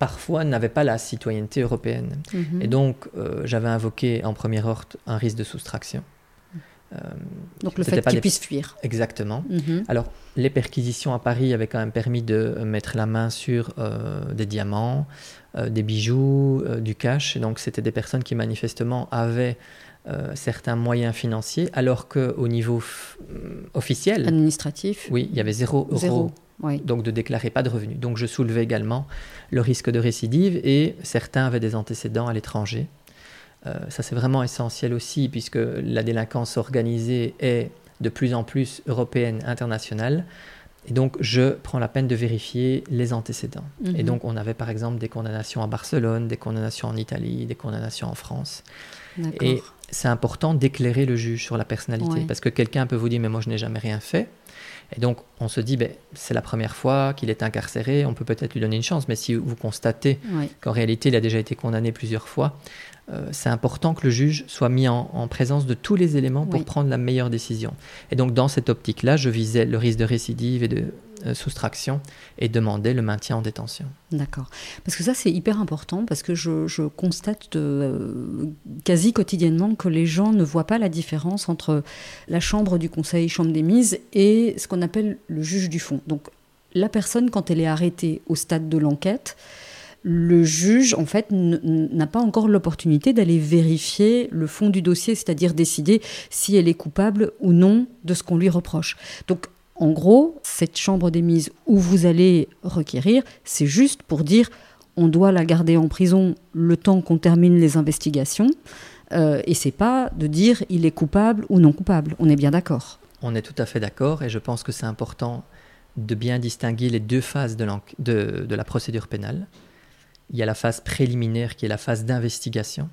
parfois n'avaient pas la citoyenneté européenne. Mm-hmm. Et donc, euh, j'avais invoqué en premier ordre un risque de soustraction. Euh, donc le fait qu'ils des... puissent fuir. Exactement. Mm-hmm. Alors, les perquisitions à Paris avaient quand même permis de mettre la main sur euh, des diamants, euh, des bijoux, euh, du cash. Et donc, c'était des personnes qui manifestement avaient euh, certains moyens financiers, alors qu'au niveau f... officiel... administratif. Oui, il y avait zéro euro. Zéro. Oui. Donc de déclarer pas de revenus. Donc je soulevais également le risque de récidive et certains avaient des antécédents à l'étranger. Euh, ça c'est vraiment essentiel aussi puisque la délinquance organisée est de plus en plus européenne, internationale. Et donc je prends la peine de vérifier les antécédents. Mm-hmm. Et donc on avait par exemple des condamnations à Barcelone, des condamnations en Italie, des condamnations en France. D'accord. Et c'est important d'éclairer le juge sur la personnalité ouais. parce que quelqu'un peut vous dire mais moi je n'ai jamais rien fait. Et donc, on se dit, ben, c'est la première fois qu'il est incarcéré, on peut peut-être lui donner une chance. Mais si vous constatez oui. qu'en réalité, il a déjà été condamné plusieurs fois, euh, c'est important que le juge soit mis en, en présence de tous les éléments pour oui. prendre la meilleure décision. Et donc, dans cette optique-là, je visais le risque de récidive et de euh, soustraction et demandais le maintien en détention. D'accord. Parce que ça, c'est hyper important, parce que je, je constate euh, quasi quotidiennement que les gens ne voient pas la différence entre la chambre du conseil, chambre des mises, et ce qu'on appelle le juge du fond. Donc, la personne, quand elle est arrêtée au stade de l'enquête, le juge, en fait, n- n'a pas encore l'opportunité d'aller vérifier le fond du dossier, c'est-à-dire décider si elle est coupable ou non de ce qu'on lui reproche. Donc, en gros, cette chambre des mises où vous allez requérir, c'est juste pour dire on doit la garder en prison le temps qu'on termine les investigations, euh, et c'est pas de dire il est coupable ou non coupable. On est bien d'accord. On est tout à fait d'accord, et je pense que c'est important de bien distinguer les deux phases de, de, de la procédure pénale. Il y a la phase préliminaire qui est la phase d'investigation,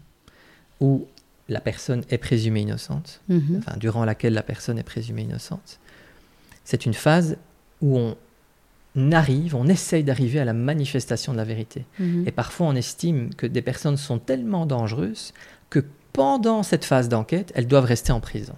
où la personne est présumée innocente, mmh. enfin, durant laquelle la personne est présumée innocente. C'est une phase où on arrive, on essaye d'arriver à la manifestation de la vérité. Mmh. Et parfois, on estime que des personnes sont tellement dangereuses que pendant cette phase d'enquête, elles doivent rester en prison.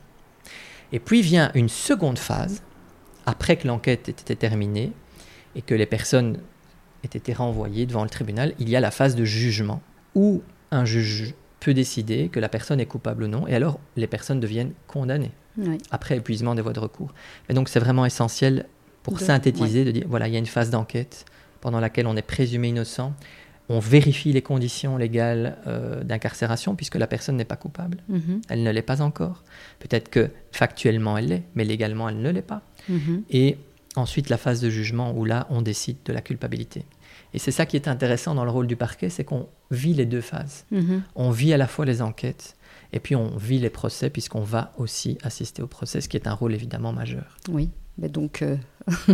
Et puis vient une seconde phase, après que l'enquête ait été terminée et que les personnes aient été renvoyées devant le tribunal, il y a la phase de jugement où un juge peut décider que la personne est coupable ou non, et alors les personnes deviennent condamnées. Oui. Après épuisement des voies de recours. Et donc c'est vraiment essentiel pour de, synthétiser, ouais. de dire, voilà, il y a une phase d'enquête pendant laquelle on est présumé innocent, on vérifie les conditions légales euh, d'incarcération puisque la personne n'est pas coupable. Mm-hmm. Elle ne l'est pas encore. Peut-être que factuellement elle l'est, mais légalement elle ne l'est pas. Mm-hmm. Et ensuite la phase de jugement où là on décide de la culpabilité. Et c'est ça qui est intéressant dans le rôle du parquet, c'est qu'on vit les deux phases. Mm-hmm. On vit à la fois les enquêtes et puis on vit les procès puisqu'on va aussi assister au procès, ce qui est un rôle évidemment majeur. Oui, bah donc euh,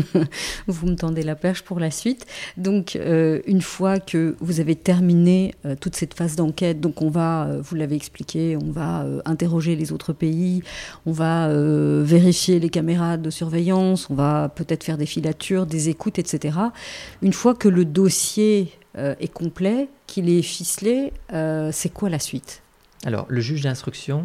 vous me tendez la perche pour la suite. Donc euh, une fois que vous avez terminé euh, toute cette phase d'enquête, donc on va, euh, vous l'avez expliqué, on va euh, interroger les autres pays, on va euh, vérifier les caméras de surveillance, on va peut-être faire des filatures, des écoutes, et cetera. Une fois que le dossier euh, est complet, qu'il est ficelé, euh, c'est quoi la suite ? Alors, le juge d'instruction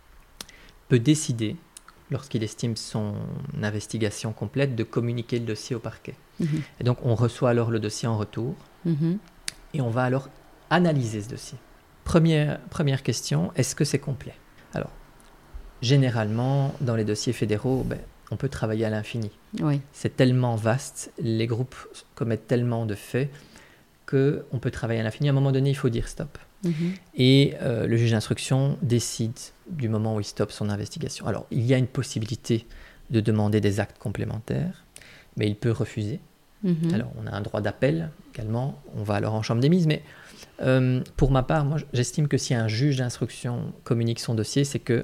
peut décider, lorsqu'il estime son investigation complète, de communiquer le dossier au parquet. Mmh. Et donc, on reçoit alors le dossier en retour mmh. et on va alors analyser ce dossier. Première, première question, est-ce que c'est complet ? Alors, généralement, dans les dossiers fédéraux, ben, on peut travailler à l'infini. Oui. C'est tellement vaste, les groupes commettent tellement de faits qu'on peut travailler à l'infini. À un moment donné, il faut dire stop. Mmh. Et euh, le juge d'instruction décide du moment où il stoppe son investigation. Alors, il y a une possibilité de demander des actes complémentaires, mais il peut refuser. Mmh. Alors, on a un droit d'appel également, on va alors en chambre des mises, mais euh, pour ma part, moi, j'estime que si un juge d'instruction communique son dossier, c'est que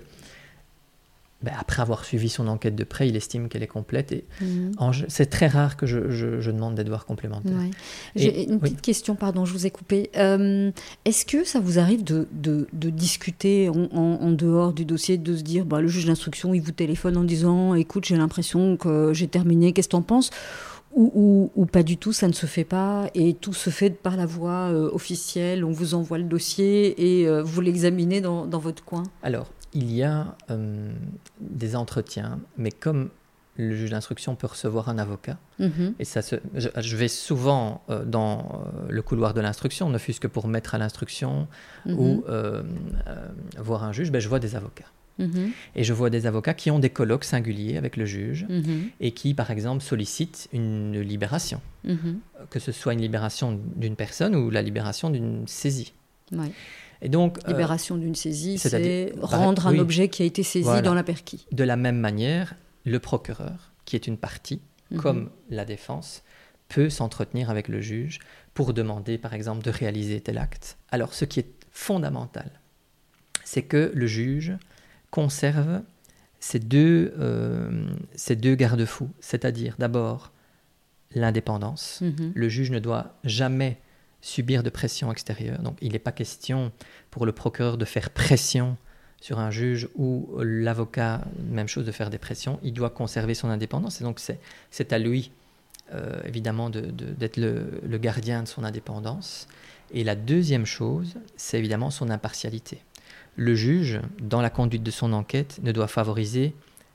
ben, après avoir suivi son enquête de près, il estime qu'elle est complète. Et mmh. en, c'est très rare que je, je, je demande des devoirs complémentaires. Ouais. J'ai et, une petite oui. question, pardon, je vous ai coupé. Euh, est-ce que ça vous arrive de, de, de discuter en, en, en dehors du dossier, de se dire, bah, le juge d'instruction, il vous téléphone en disant « Écoute, j'ai l'impression que j'ai terminé, qu'est-ce que t'en penses ?» ou, ou, ou pas du tout, ça ne se fait pas et tout se fait par la voie euh, officielle, on vous envoie le dossier et euh, vous l'examinez dans, dans votre coin ? Alors, il y a euh, des entretiens, mais comme le juge d'instruction peut recevoir un avocat. Mm-hmm. Et ça se, je, je vais souvent euh, dans euh, le couloir de l'instruction, ne fût-ce que pour mettre à l'instruction mm-hmm. ou euh, euh, voir un juge, ben, je vois des avocats. Mm-hmm. Et je vois des avocats qui ont des colloques singuliers avec le juge mm-hmm. et qui, par exemple, sollicitent une libération, mm-hmm. que ce soit une libération d'une personne ou la libération d'une saisie. Ouais. Et donc, libération euh, d'une saisie, c'est rendre un oui, objet qui a été saisi voilà. dans la perquis. De la même manière, le procureur, qui est une partie, mm-hmm. comme la défense, peut s'entretenir avec le juge pour demander, par exemple, de réaliser tel acte. Alors, ce qui est fondamental, c'est que le juge conserve ces deux, euh, ces deux garde-fous, c'est-à-dire d'abord l'indépendance. Mm-hmm. Le juge ne doit jamais subir de pression extérieure. Donc, il n'est pas question pour le procureur de faire pression sur un juge ou l'avocat, même chose, de faire des pressions. Il doit conserver son indépendance. Et donc, c'est, c'est à lui, euh, évidemment, de, de, d'être le, le gardien de son indépendance. Et la deuxième chose, c'est évidemment son impartialité. Le juge, dans la conduite de son enquête, ne doit favoriser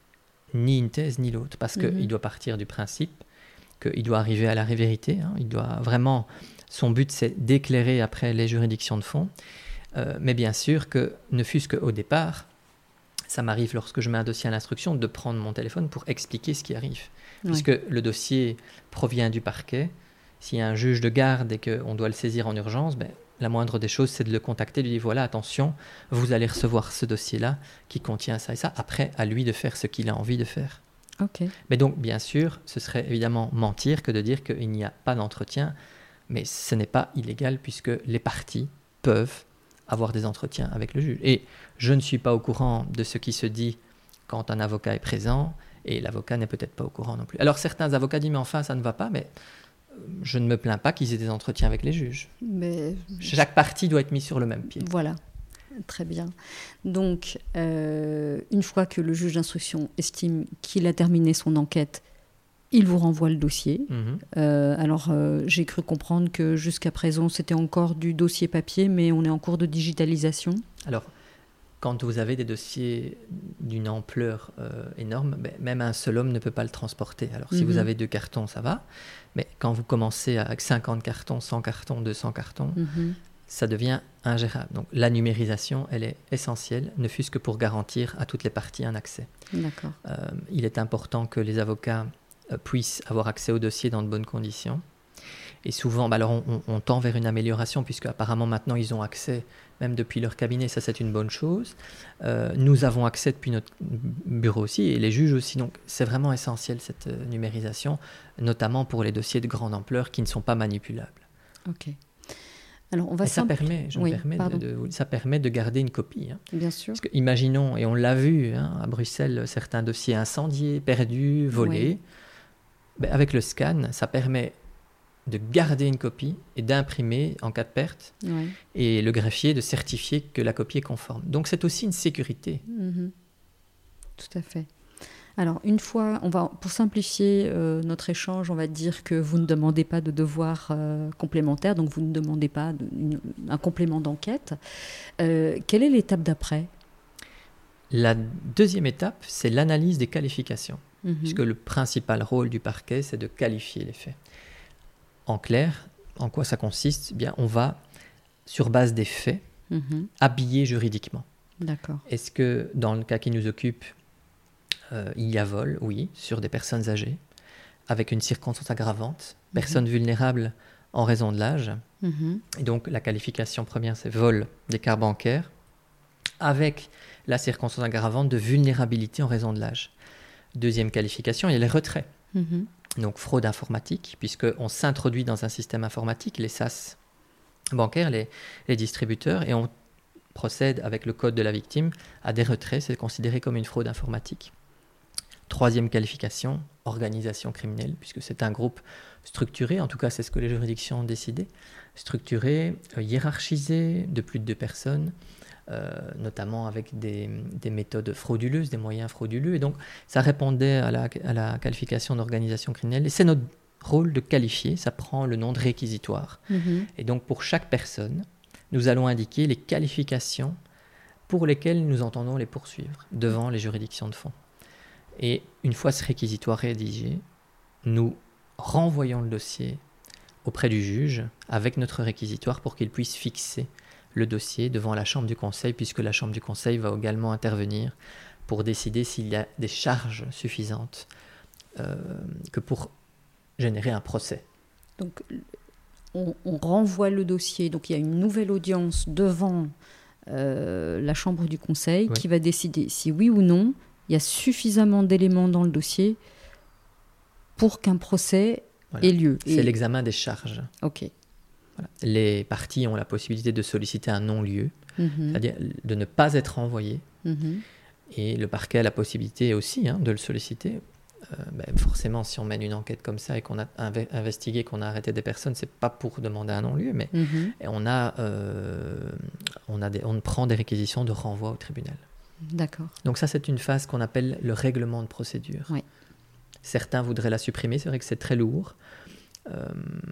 ni une thèse ni l'autre, parce qu'il mm-hmm. doit partir du principe qu'il doit arriver à la vérité. Hein. Il doit vraiment... Son but, c'est d'éclairer après les juridictions de fond. Euh, mais bien sûr que, ne fût-ce qu'au départ, ça m'arrive lorsque je mets un dossier à l'instruction de prendre mon téléphone pour expliquer ce qui arrive. Oui. Puisque le dossier provient du parquet, s'il y a un juge de garde et qu'on doit le saisir en urgence, ben, la moindre des choses, c'est de le contacter, de lui dire voilà, attention, vous allez recevoir ce dossier-là qui contient ça et ça. Après, à lui de faire ce qu'il a envie de faire. Okay. Mais donc, bien sûr, ce serait évidemment mentir que de dire qu'il n'y a pas d'entretien. Mais ce n'est pas illégal puisque les parties peuvent avoir des entretiens avec le juge. Et je ne suis pas au courant de ce qui se dit quand un avocat est présent et l'avocat n'est peut-être pas au courant non plus. Alors certains avocats disent mais enfin ça ne va pas, mais je ne me plains pas qu'ils aient des entretiens avec les juges. Mais... Chaque partie doit être mise sur le même pied. Voilà, très bien. Donc euh, une fois que le juge d'instruction estime qu'il a terminé son enquête, il vous renvoie le dossier. Mmh. Euh, alors, euh, j'ai cru comprendre que jusqu'à présent, c'était encore du dossier papier, mais on est en cours de digitalisation. Alors, quand vous avez des dossiers d'une ampleur euh, énorme, ben, même un seul homme ne peut pas le transporter. Alors, si mmh. vous avez deux cartons, ça va. Mais quand vous commencez avec cinquante cartons, cent cartons, deux cents cartons, mmh. ça devient ingérable. Donc, la numérisation, elle est essentielle, ne fût-ce que pour garantir à toutes les parties un accès. D'accord. Euh, il est important que les avocats puissent avoir accès au dossier dans de bonnes conditions. Et souvent, bah alors on, on tend vers une amélioration, puisque apparemment maintenant ils ont accès, même depuis leur cabinet, ça c'est une bonne chose. Euh, nous avons accès depuis notre bureau aussi, et les juges aussi. Donc c'est vraiment essentiel cette euh, numérisation, notamment pour les dossiers de grande ampleur qui ne sont pas manipulables. Ok. Alors on va et ça permet, je oui, me permets de, de, ça permet de garder une copie. Hein. Bien sûr. Parce que, imaginons, et on l'a vu hein, à Bruxelles, certains dossiers incendiés, perdus, volés. Oui. Ben, avec le scan, ça permet de garder une copie et d'imprimer en cas de perte, oui. et le greffier de certifier que la copie est conforme. Donc c'est aussi une sécurité. Mmh. Tout à fait. Alors une fois, on va, pour simplifier euh, notre échange, on va dire que vous ne demandez pas de devoir euh, complémentaire, donc vous ne demandez pas de, une, un complément d'enquête. Euh, quelle est l'étape d'après ? La deuxième étape, c'est l'analyse des qualifications. Mmh. Puisque le principal rôle du parquet, c'est de qualifier les faits. En clair, en quoi ça consiste ? Eh bien, on va, sur base des faits, mmh. habiller juridiquement. D'accord. Est-ce que, dans le cas qui nous occupe, euh, il y a vol ? Oui, sur des personnes âgées, avec une circonstance aggravante, mmh. personnes vulnérables en raison de l'âge. Mmh. Et donc, la qualification première, c'est vol des cartes bancaires, avec la circonstance aggravante de vulnérabilité en raison de l'âge. Deuxième qualification, il y a les retraits. Mmh. Donc fraude informatique, puisqu'on s'introduit dans un système informatique, les S A S bancaires, les, les distributeurs, et on procède avec le code de la victime à des retraits. C'est considéré comme une fraude informatique. Troisième qualification, organisation criminelle, puisque c'est un groupe structuré, en tout cas c'est ce que les juridictions ont décidé, structuré, euh, hiérarchisé, de plus de deux personnes, Euh, notamment avec des, des méthodes frauduleuses, des moyens frauduleux. Et donc, ça répondait à la, à la qualification d'organisation criminelle. Et c'est notre rôle de qualifier. Ça prend le nom de réquisitoire. Mm-hmm. Et donc, pour chaque personne, nous allons indiquer les qualifications pour lesquelles nous entendons les poursuivre devant les juridictions de fond. Et une fois ce réquisitoire rédigé, nous renvoyons le dossier auprès du juge avec notre réquisitoire pour qu'il puisse fixer le dossier devant la Chambre du Conseil, puisque la Chambre du Conseil va également intervenir pour décider s'il y a des charges suffisantes euh, que pour générer un procès. Donc, on, on renvoie le dossier, donc il y a une nouvelle audience devant euh, la Chambre du Conseil oui. qui va décider si oui ou non il y a suffisamment d'éléments dans le dossier pour qu'un procès voilà. ait lieu. C'est Et... l'examen des charges. Ok. Voilà. Les parties ont la possibilité de solliciter un non-lieu, mmh. c'est-à-dire de ne pas être renvoyées. Mmh. Et le parquet a la possibilité aussi hein, de le solliciter. Euh, ben forcément, si on mène une enquête comme ça et qu'on a inv- investigué, qu'on a arrêté des personnes, c'est pas pour demander un non-lieu, mais mmh. on, a, euh, on, a des, on prend des réquisitions de renvoi au tribunal. D'accord. Donc ça, c'est une phase qu'on appelle le règlement de procédure. Oui. Certains voudraient la supprimer, c'est vrai que c'est très lourd. Euh,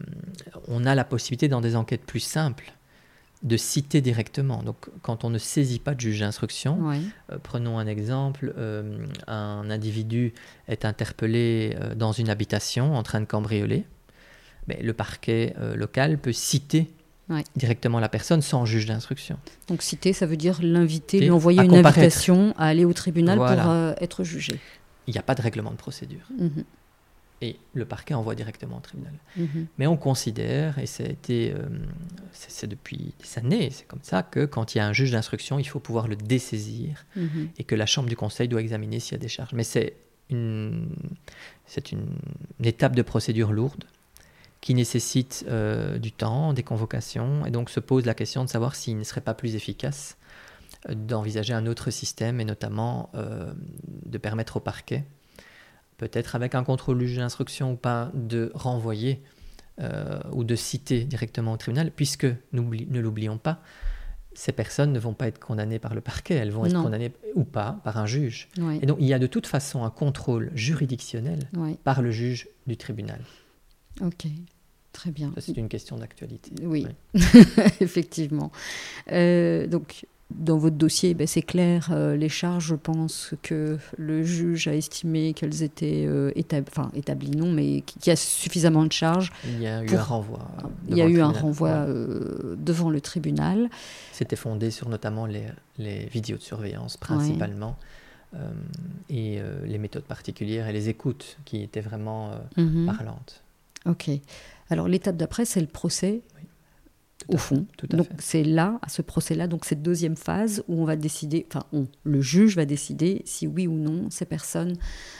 on a la possibilité dans des enquêtes plus simples de citer directement. Donc quand on ne saisit pas de juge d'instruction, oui. euh, prenons un exemple, euh, un individu est interpellé euh, dans une habitation en train de cambrioler, mais le parquet euh, local peut citer oui. directement la personne sans juge d'instruction. Donc citer, ça veut dire l'inviter, Et lui envoyer une comparaître. invitation à aller au tribunal voilà. pour euh, être jugé. Il n'y a pas de règlement de procédure. Mm-hmm. Et le parquet envoie directement au tribunal. Mmh. Mais on considère, et ça a été, euh, c'est, c'est depuis des années, c'est comme ça, que quand il y a un juge d'instruction, il faut pouvoir le dessaisir mmh. et que la Chambre du Conseil doit examiner s'il y a des charges. Mais c'est une, c'est une, une étape de procédure lourde qui nécessite euh, du temps, des convocations, et donc se pose la question de savoir s'il ne serait pas plus efficace euh, d'envisager un autre système, et notamment euh, de permettre au parquet, peut-être avec un contrôle du juge d'instruction ou pas, de renvoyer euh, ou de citer directement au tribunal, puisque, ne l'oublions pas, ces personnes ne vont pas être condamnées par le parquet, elles vont être non. condamnées ou pas par un juge. Oui. Et donc, il y a de toute façon un contrôle juridictionnel oui. par le juge du tribunal. Ok, très bien. Ça, c'est une question d'actualité. Oui, oui. Effectivement. Euh, donc... Dans votre dossier, ben c'est clair, euh, les charges, je pense que le juge a estimé qu'elles étaient euh, étab- enfin, établies, non, mais qu'il y a suffisamment de charges. Il y a eu pour... un renvoi. Il y a eu un renvoi euh, devant le tribunal. C'était fondé sur notamment les, les vidéos de surveillance, principalement, ouais. euh, et euh, les méthodes particulières et les écoutes qui étaient vraiment euh, mm-hmm. parlantes. Ok. Alors, l'étape d'après, c'est le procès. Oui. Au fond, tout à donc fait. C'est là, à ce procès-là, donc cette deuxième phase où on va décider, enfin, on, le juge va décider si oui ou non ces personnes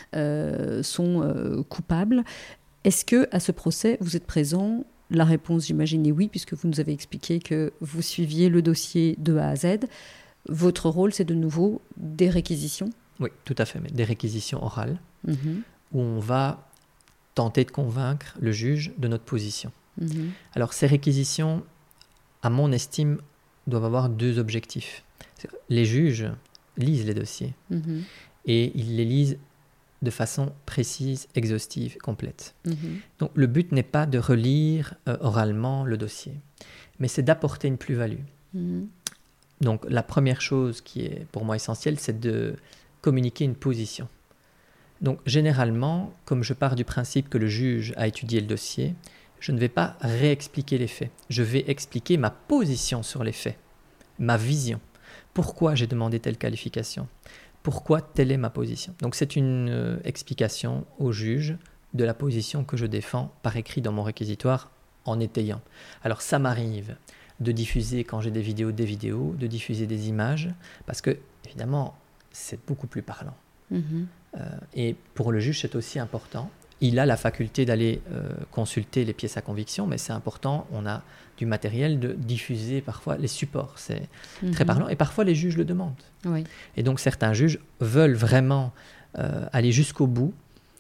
euh, sont euh, coupables. Est-ce que à ce procès vous êtes présent ? La réponse, j'imagine, est oui, puisque vous nous avez expliqué que vous suiviez le dossier de A à Z. Votre rôle, c'est de nouveau des réquisitions ? Oui, tout à fait, mais des réquisitions orales mm-hmm. où on va tenter de convaincre le juge de notre position. Mm-hmm. Alors, ces réquisitions, à mon estime, doivent avoir deux objectifs. Les juges lisent les dossiers mmh. et ils les lisent de façon précise, exhaustive, complète. Mmh. Donc le but n'est pas de relire euh, oralement le dossier, mais c'est d'apporter une plus-value. Mmh. Donc la première chose qui est pour moi essentielle, c'est de communiquer une position. Donc généralement, comme je pars du principe que le juge a étudié le dossier, je ne vais pas réexpliquer les faits. Je vais expliquer ma position sur les faits, ma vision. Pourquoi j'ai demandé telle qualification ? Pourquoi telle est ma position ? Donc c'est une euh, explication au juge de la position que je défends par écrit dans mon réquisitoire en étayant. Alors ça m'arrive de diffuser, quand j'ai des vidéos, des vidéos, de diffuser des images, parce que évidemment c'est beaucoup plus parlant. Mmh. Euh, et pour le juge c'est aussi important. Il a la faculté d'aller euh, consulter les pièces à conviction, mais c'est important, on a du matériel de diffuser parfois les supports, c'est mmh. très parlant, et parfois les juges le demandent. Oui. Et donc certains juges veulent vraiment euh, aller jusqu'au bout,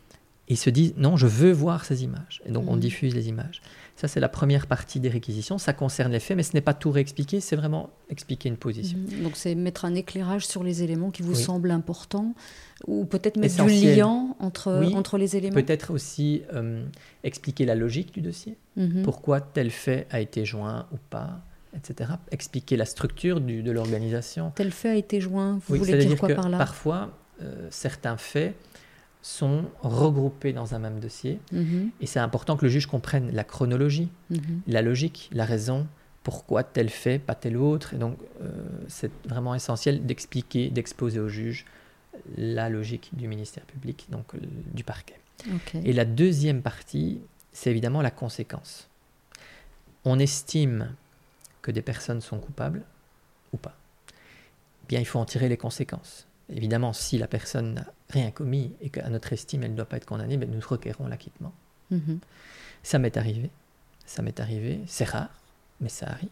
et se disent, non, je veux voir ces images, et donc mmh. on diffuse les images. Ça, c'est la première partie des réquisitions, ça concerne les faits, mais ce n'est pas tout réexpliquer, c'est vraiment expliquer une position. Mmh. Donc c'est mettre un éclairage sur les éléments qui vous oui. semblent importants, ou peut-être mettre Essentiel. du lien entre, oui, entre les éléments. Peut-être aussi euh, expliquer la logique du dossier, mmh. pourquoi tel fait a été joint ou pas, et cetera. Expliquer la structure du, de l'organisation. Tel fait a été joint, vous oui, voulez dire quoi que par là ? Parfois, euh, certains faits sont regroupés dans un même dossier. Mm-hmm. Et c'est important que le juge comprenne la chronologie, mm-hmm. la logique, la raison, pourquoi tel fait, pas tel autre. Et donc, euh, c'est vraiment essentiel d'expliquer, d'exposer au juge la logique du ministère public, donc euh, du parquet. Okay. Et la deuxième partie, c'est évidemment la conséquence. On estime que des personnes sont coupables ou pas. Bien, il faut en tirer les conséquences. Évidemment, si la personne n'a rien commis et qu'à notre estime, elle ne doit pas être condamnée, ben nous requérons l'acquittement. Mm-hmm. Ça m'est arrivé. Ça m'est arrivé. C'est rare, mais ça arrive.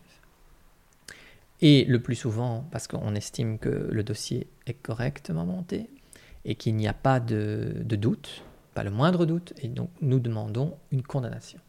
Et le plus souvent, parce qu'on estime que le dossier est correctement monté et qu'il n'y a pas de, de doute, pas le moindre doute, et donc nous demandons une condamnation.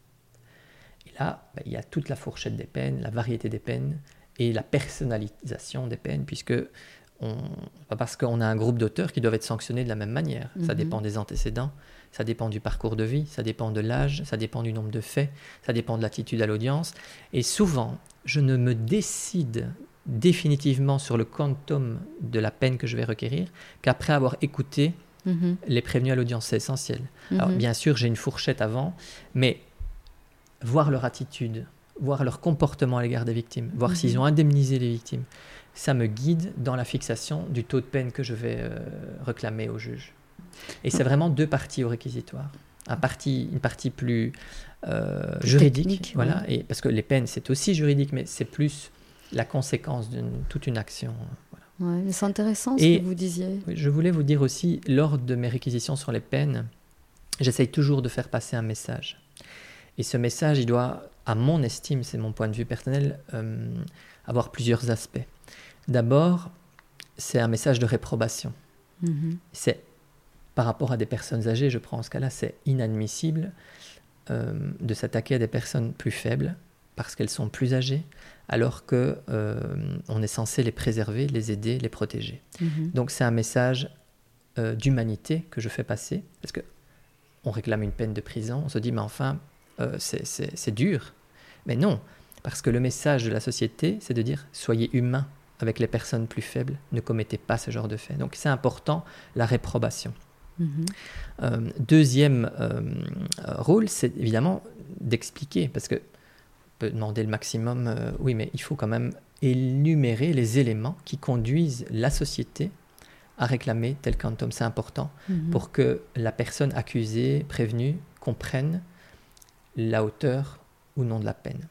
Et là, ben, il y a toute la fourchette des peines, la variété des peines et la personnalisation des peines, puisque On, pas parce qu'on a un groupe d'auteurs qui doivent être sanctionnés de la même manière. Mm-hmm. Ça dépend des antécédents, ça dépend du parcours de vie, ça dépend de l'âge, ça dépend du nombre de faits, ça dépend de l'attitude à l'audience. Et souvent, je ne me décide définitivement sur le quantum de la peine que je vais requérir qu'après avoir écouté mm-hmm. les prévenus à l'audience. C'est essentiel. Mm-hmm. Alors, bien sûr, j'ai une fourchette avant, mais voir leur attitude, voir leur comportement à l'égard des victimes, voir mm-hmm. s'ils ont indemnisé les victimes, ça me guide dans la fixation du taux de peine que je vais euh, réclamer au juge. Et c'est vraiment deux parties au réquisitoire. Un parti, une partie plus, euh, plus juridique, technique, voilà, ouais. Et parce que les peines, c'est aussi juridique, mais c'est plus la conséquence d'une toute une action. Voilà. Ouais, mais c'est intéressant ce et, que vous disiez. Je voulais vous dire aussi, lors de mes réquisitions sur les peines, j'essaye toujours de faire passer un message. Et ce message, il doit, à mon estime, c'est mon point de vue personnel, euh, avoir plusieurs aspects. D'abord, c'est un message de réprobation. Mmh. C'est, par rapport à des personnes âgées, je prends en ce cas-là, c'est inadmissible euh, de s'attaquer à des personnes plus faibles parce qu'elles sont plus âgées, alors qu'on euh, est censé les préserver, les aider, les protéger. Mmh. Donc c'est un message euh, d'humanité que je fais passer, parce qu'on réclame une peine de prison, on se dit, mais enfin, euh, c'est, c'est, c'est dur. Mais non, parce que le message de la société, c'est de dire, soyez humains avec les personnes plus faibles, ne commettez pas ce genre de fait. Donc c'est important, la réprobation. Mmh. Euh, deuxième euh, rôle, c'est évidemment d'expliquer, parce qu'on peut demander le maximum, euh, oui, mais il faut quand même énumérer les éléments qui conduisent la société à réclamer tel quantum. C'est important mmh. pour que la personne accusée, prévenue, comprenne la hauteur ou non de la peine.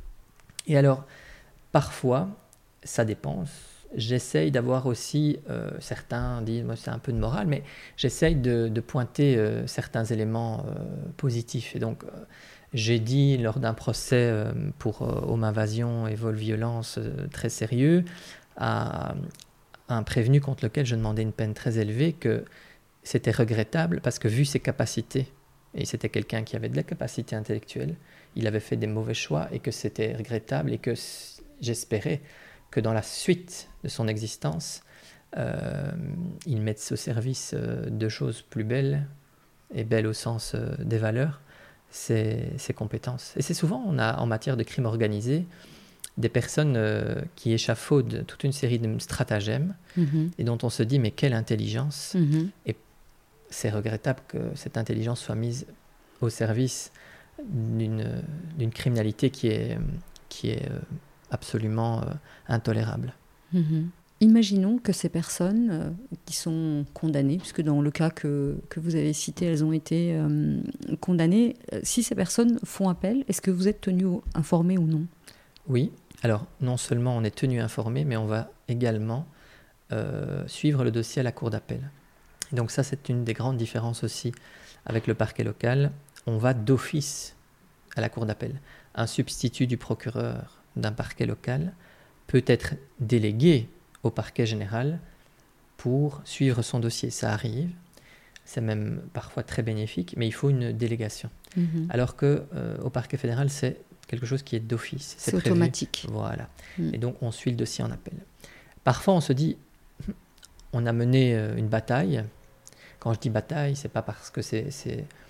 Et alors, parfois, ça dépend. J'essaye d'avoir aussi, euh, certains disent, moi c'est un peu de morale, mais j'essaye de, de pointer euh, certains éléments euh, positifs. Et donc, euh, j'ai dit lors d'un procès euh, pour euh, home invasion et vol violence euh, très sérieux à, à un prévenu contre lequel je demandais une peine très élevée que c'était regrettable parce que vu ses capacités, et c'était quelqu'un qui avait de la capacité intellectuelle, il avait fait des mauvais choix et que c'était regrettable et que j'espérais que dans la suite de son existence, euh, il mette au service euh, de choses plus belles, et belles au sens euh, des valeurs, ses, ses compétences. Et c'est souvent, on a en matière de crime organisé, des personnes euh, qui échafaudent toute une série de stratagèmes, mm-hmm. et dont on se dit, mais quelle intelligence mm-hmm. Et c'est regrettable que cette intelligence soit mise au service d'une, d'une criminalité qui est... Qui est euh, absolument euh, intolérable. Mmh. Imaginons que ces personnes euh, qui sont condamnées, puisque dans le cas que, que vous avez cité, elles ont été euh, condamnées, euh, si ces personnes font appel, est-ce que vous êtes tenu informé ou non ? Oui, alors non seulement on est tenu informé, mais on va également euh, suivre le dossier à la cour d'appel. Et donc ça, c'est une des grandes différences aussi avec le parquet local. On va d'office à la cour d'appel. Un substitut du procureur d'un parquet local peut être délégué au parquet général pour suivre son dossier. Ça arrive, c'est même parfois très bénéfique, mais il faut une délégation. Mmh. Alors qu'au euh, parquet fédéral, c'est quelque chose qui est d'office. C'est, c'est automatique. Voilà. Mmh. Et donc, on suit le dossier en appel. Parfois, on se dit, on a mené euh, une bataille. Quand je dis bataille, c'est pas parce que c'est... c'est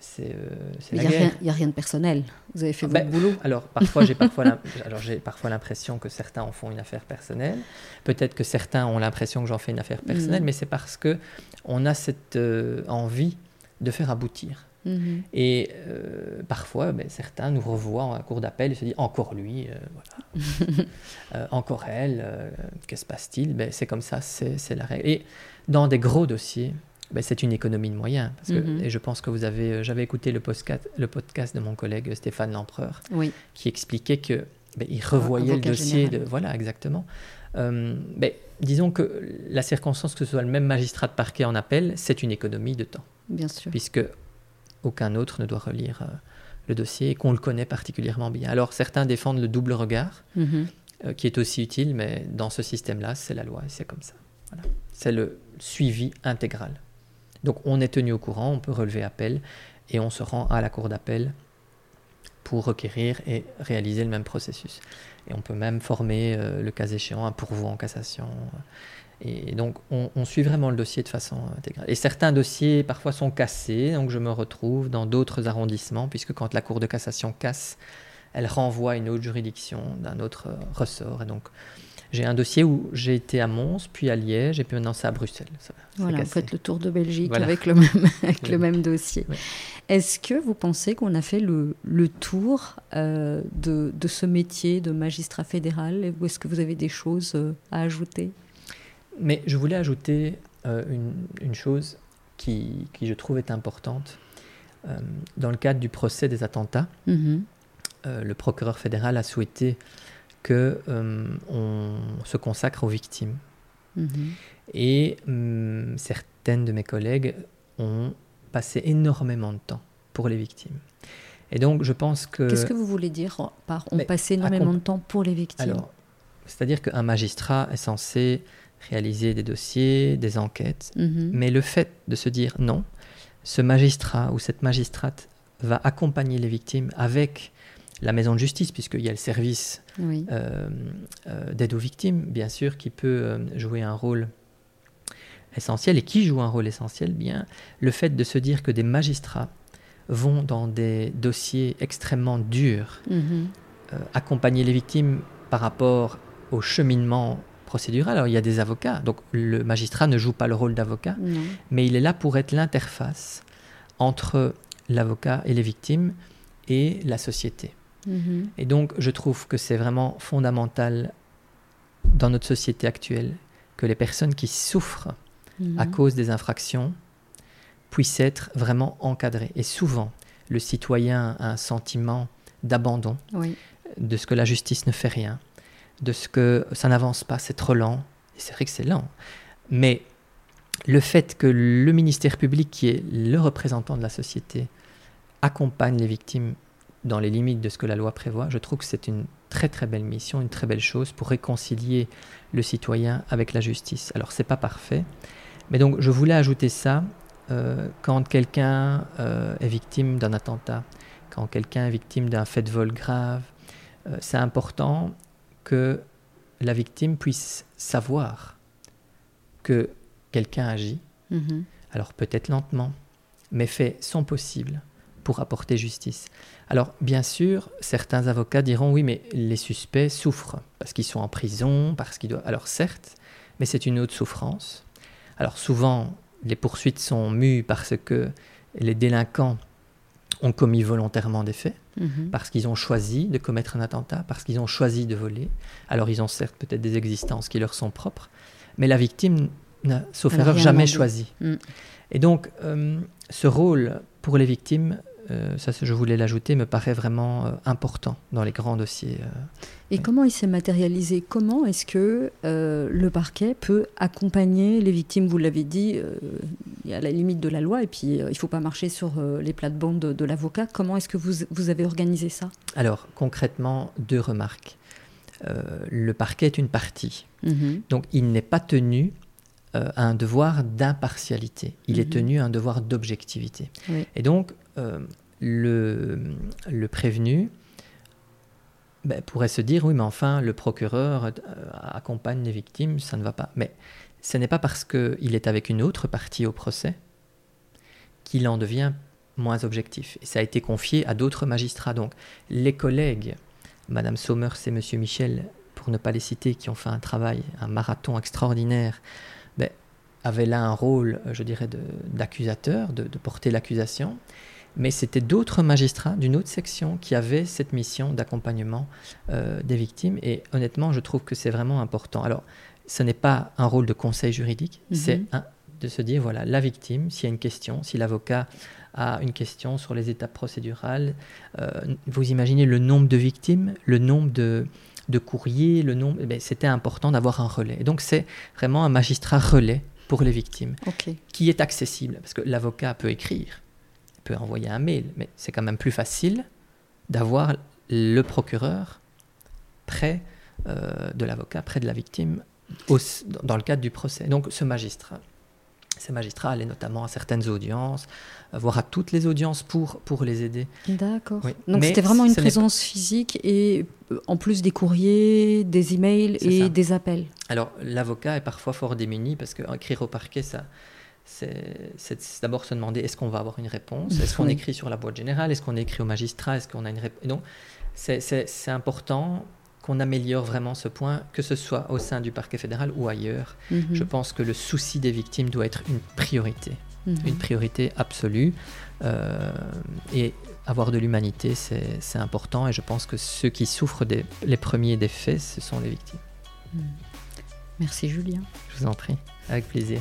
c'est, euh, c'est Mais la guerre. Il n'y a rien de personnel. Vous avez fait ben, votre boulot. Alors, parfois, j'ai parfois, alors, j'ai parfois l'impression que certains en font une affaire personnelle. Peut-être que certains ont l'impression que j'en fais une affaire personnelle, mmh. mais c'est parce qu'on a cette euh, envie de faire aboutir. Mmh. Et euh, parfois, ben, certains nous revoient en cour d'appel et se disent « encore lui, euh, voilà. euh, encore elle, euh, que se passe-t-il » ben, c'est comme ça, c'est, c'est la règle. Et dans des gros dossiers, ben, c'est une économie de moyens. Parce que, mmh. Et je pense que vous avez... J'avais écouté le podcast, le podcast de mon collègue Stéphane Lempereur, oui. qui expliquait qu'il ben, revoyait le dossier. De, voilà, exactement. Euh, ben, disons que la circonstance que ce soit le même magistrat de parquet en appel, c'est une économie de temps. Bien sûr. Puisque aucun autre ne doit relire euh, le dossier et qu'on le connaît particulièrement bien. Alors, certains défendent le double regard, mmh. euh, qui est aussi utile, mais dans ce système-là, c'est la loi et c'est comme ça. Voilà. C'est le suivi intégral. Donc, on est tenu au courant, on peut relever appel et on se rend à la cour d'appel pour requérir et réaliser le même processus. Et on peut même former, euh, le cas échéant, un pourvoi en cassation. Et donc, on, on suit vraiment le dossier de façon intégrale. Et certains dossiers, parfois, sont cassés. Donc, je me retrouve dans d'autres arrondissements, puisque quand la Cour de cassation casse, elle renvoie à une autre juridiction d'un autre ressort. Et donc, j'ai un dossier où j'ai été à Mons, puis à Liège, et puis maintenant, c'est à Bruxelles. Ça, voilà, vous faites le tour de Belgique voilà. avec, le même, avec oui. le même dossier. Oui. Est-ce que vous pensez qu'on a fait le, le tour euh, de, de ce métier de magistrat fédéral, ou est-ce que vous avez des choses euh, à ajouter ? Mais je voulais ajouter euh, une, une chose qui, qui, je trouve, est importante. Euh, dans le cadre du procès des attentats, mm-hmm. euh, le procureur fédéral a souhaité qu'on euh, se consacre aux victimes. Mm-hmm. Et hum, certaines de mes collègues ont passé énormément de temps pour les victimes. Et donc, je pense que... Qu'est-ce que vous voulez dire par « on passe énormément comp- de temps pour les victimes » ? Alors, c'est-à-dire qu'un magistrat est censé réaliser des dossiers, des enquêtes, mm-hmm. mais le fait de se dire non, ce magistrat ou cette magistrate va accompagner les victimes avec la maison de justice, puisqu'il y a le service oui. euh, euh, d'aide aux victimes, bien sûr, qui peut euh, jouer un rôle essentiel, et qui joue un rôle essentiel, bien, le fait de se dire que des magistrats vont dans des dossiers extrêmement durs, mm-hmm. euh, accompagner les victimes par rapport au cheminement procédural. Alors, il y a des avocats, donc le magistrat ne joue pas le rôle d'avocat, non. mais il est là pour être l'interface entre l'avocat et les victimes et la société. Mm-hmm. Et donc, je trouve que c'est vraiment fondamental dans notre société actuelle que les personnes qui souffrent mm-hmm. à cause des infractions puissent être vraiment encadrées. Et souvent, le citoyen a un sentiment d'abandon, oui. de ce que la justice ne fait rien, de ce que ça n'avance pas, c'est trop lent. Et c'est vrai que c'est lent. Mais le fait que le ministère public, qui est le représentant de la société, accompagne les victimes dans les limites de ce que la loi prévoit, je trouve que c'est une très très belle mission, une très belle chose pour réconcilier le citoyen avec la justice. Alors, c'est pas parfait, mais donc je voulais ajouter ça euh, quand quelqu'un euh, est victime d'un attentat, quand quelqu'un est victime d'un fait de vol grave, euh, c'est important que la victime puisse savoir que quelqu'un agit, mm-hmm. alors peut-être lentement, mais fait son possible pour apporter justice. Alors, bien sûr, certains avocats diront, oui, mais les suspects souffrent, parce qu'ils sont en prison, parce qu'ils doivent... Alors, certes, mais c'est une autre souffrance. Alors, souvent, les poursuites sont mues parce que les délinquants ont commis volontairement des faits, mmh. parce qu'ils ont choisi de commettre un attentat, parce qu'ils ont choisi de voler. Alors, ils ont certes peut-être des existences qui leur sont propres, mais la victime n'a, sauf erreur, jamais choisi. Mmh. Et donc, euh, ce rôle pour les victimes, Euh, ça je voulais l'ajouter, me paraît vraiment euh, important dans les grands dossiers. Euh, Et oui. Comment il s'est matérialisé ? Comment est-ce que euh, le parquet peut accompagner les victimes ? Vous l'avez dit, euh, il y a la limite de la loi et puis euh, il ne faut pas marcher sur euh, les plates-bandes de, de l'avocat. Comment est-ce que vous, vous avez organisé ça ? Alors, concrètement, deux remarques. Euh, le parquet est une partie. Mm-hmm. Donc, il n'est pas tenu euh, à un devoir d'impartialité. Il mm-hmm. est tenu à un devoir d'objectivité. Oui. Et donc, Euh, le, le prévenu ben, pourrait se dire, oui, mais enfin, le procureur euh, accompagne les victimes, ça ne va pas. Mais ce n'est pas parce qu'il est avec une autre partie au procès qu'il en devient moins objectif. Et ça a été confié à d'autres magistrats. Donc les collègues, Madame Sommers et Monsieur Michel, pour ne pas les citer, qui ont fait un travail, un marathon extraordinaire, ben, avaient là un rôle, je dirais, de, d'accusateur, de, de porter l'accusation. Mais c'était d'autres magistrats d'une autre section qui avaient cette mission d'accompagnement euh, des victimes. Et honnêtement, je trouve que c'est vraiment important. Alors, ce n'est pas un rôle de conseil juridique, mm-hmm. c'est un, de se dire, voilà, la victime, s'il y a une question, si l'avocat a une question sur les étapes procédurales, euh, vous imaginez le nombre de victimes, le nombre de, de courriers, le nombre, eh bien, c'était important d'avoir un relais. Et donc, c'est vraiment un magistrat relais pour les victimes, okay. qui est accessible, parce que l'avocat peut écrire, peut envoyer un mail, mais c'est quand même plus facile d'avoir le procureur près euh, de l'avocat, près de la victime, au, dans le cadre du procès. Donc ce magistrat, ces magistrats allaient notamment à certaines audiences, voire à toutes les audiences pour, pour les aider. D'accord. Oui. Donc mais c'était vraiment une présence pas... physique et en plus des courriers, des emails c'est et ça. des appels. Alors l'avocat est parfois fort démuni parce qu'écrire au parquet, ça... C'est, c'est, c'est d'abord se demander est-ce qu'on va avoir une réponse, est-ce qu'on oui. écrit sur la boîte générale, est-ce qu'on écrit au magistrat, est-ce qu'on a une réponse. Donc c'est, c'est, c'est important qu'on améliore vraiment ce point, que ce soit au sein du parquet fédéral ou ailleurs. Mm-hmm. Je pense que le souci des victimes doit être une priorité, mm-hmm. une priorité absolue, euh, et avoir de l'humanité, c'est, c'est important, et je pense que ceux qui souffrent des, les premiers des faits, ce sont les victimes. Mm. Merci Julien. Je vous en prie, avec plaisir.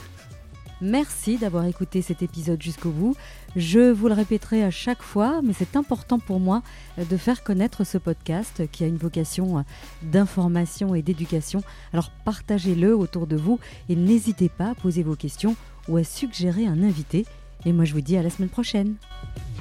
Merci d'avoir écouté cet épisode jusqu'au bout. Je vous le répéterai à chaque fois, mais c'est important pour moi de faire connaître ce podcast qui a une vocation d'information et d'éducation. Alors partagez-le autour de vous et n'hésitez pas à poser vos questions ou à suggérer un invité. Et moi je vous dis à la semaine prochaine.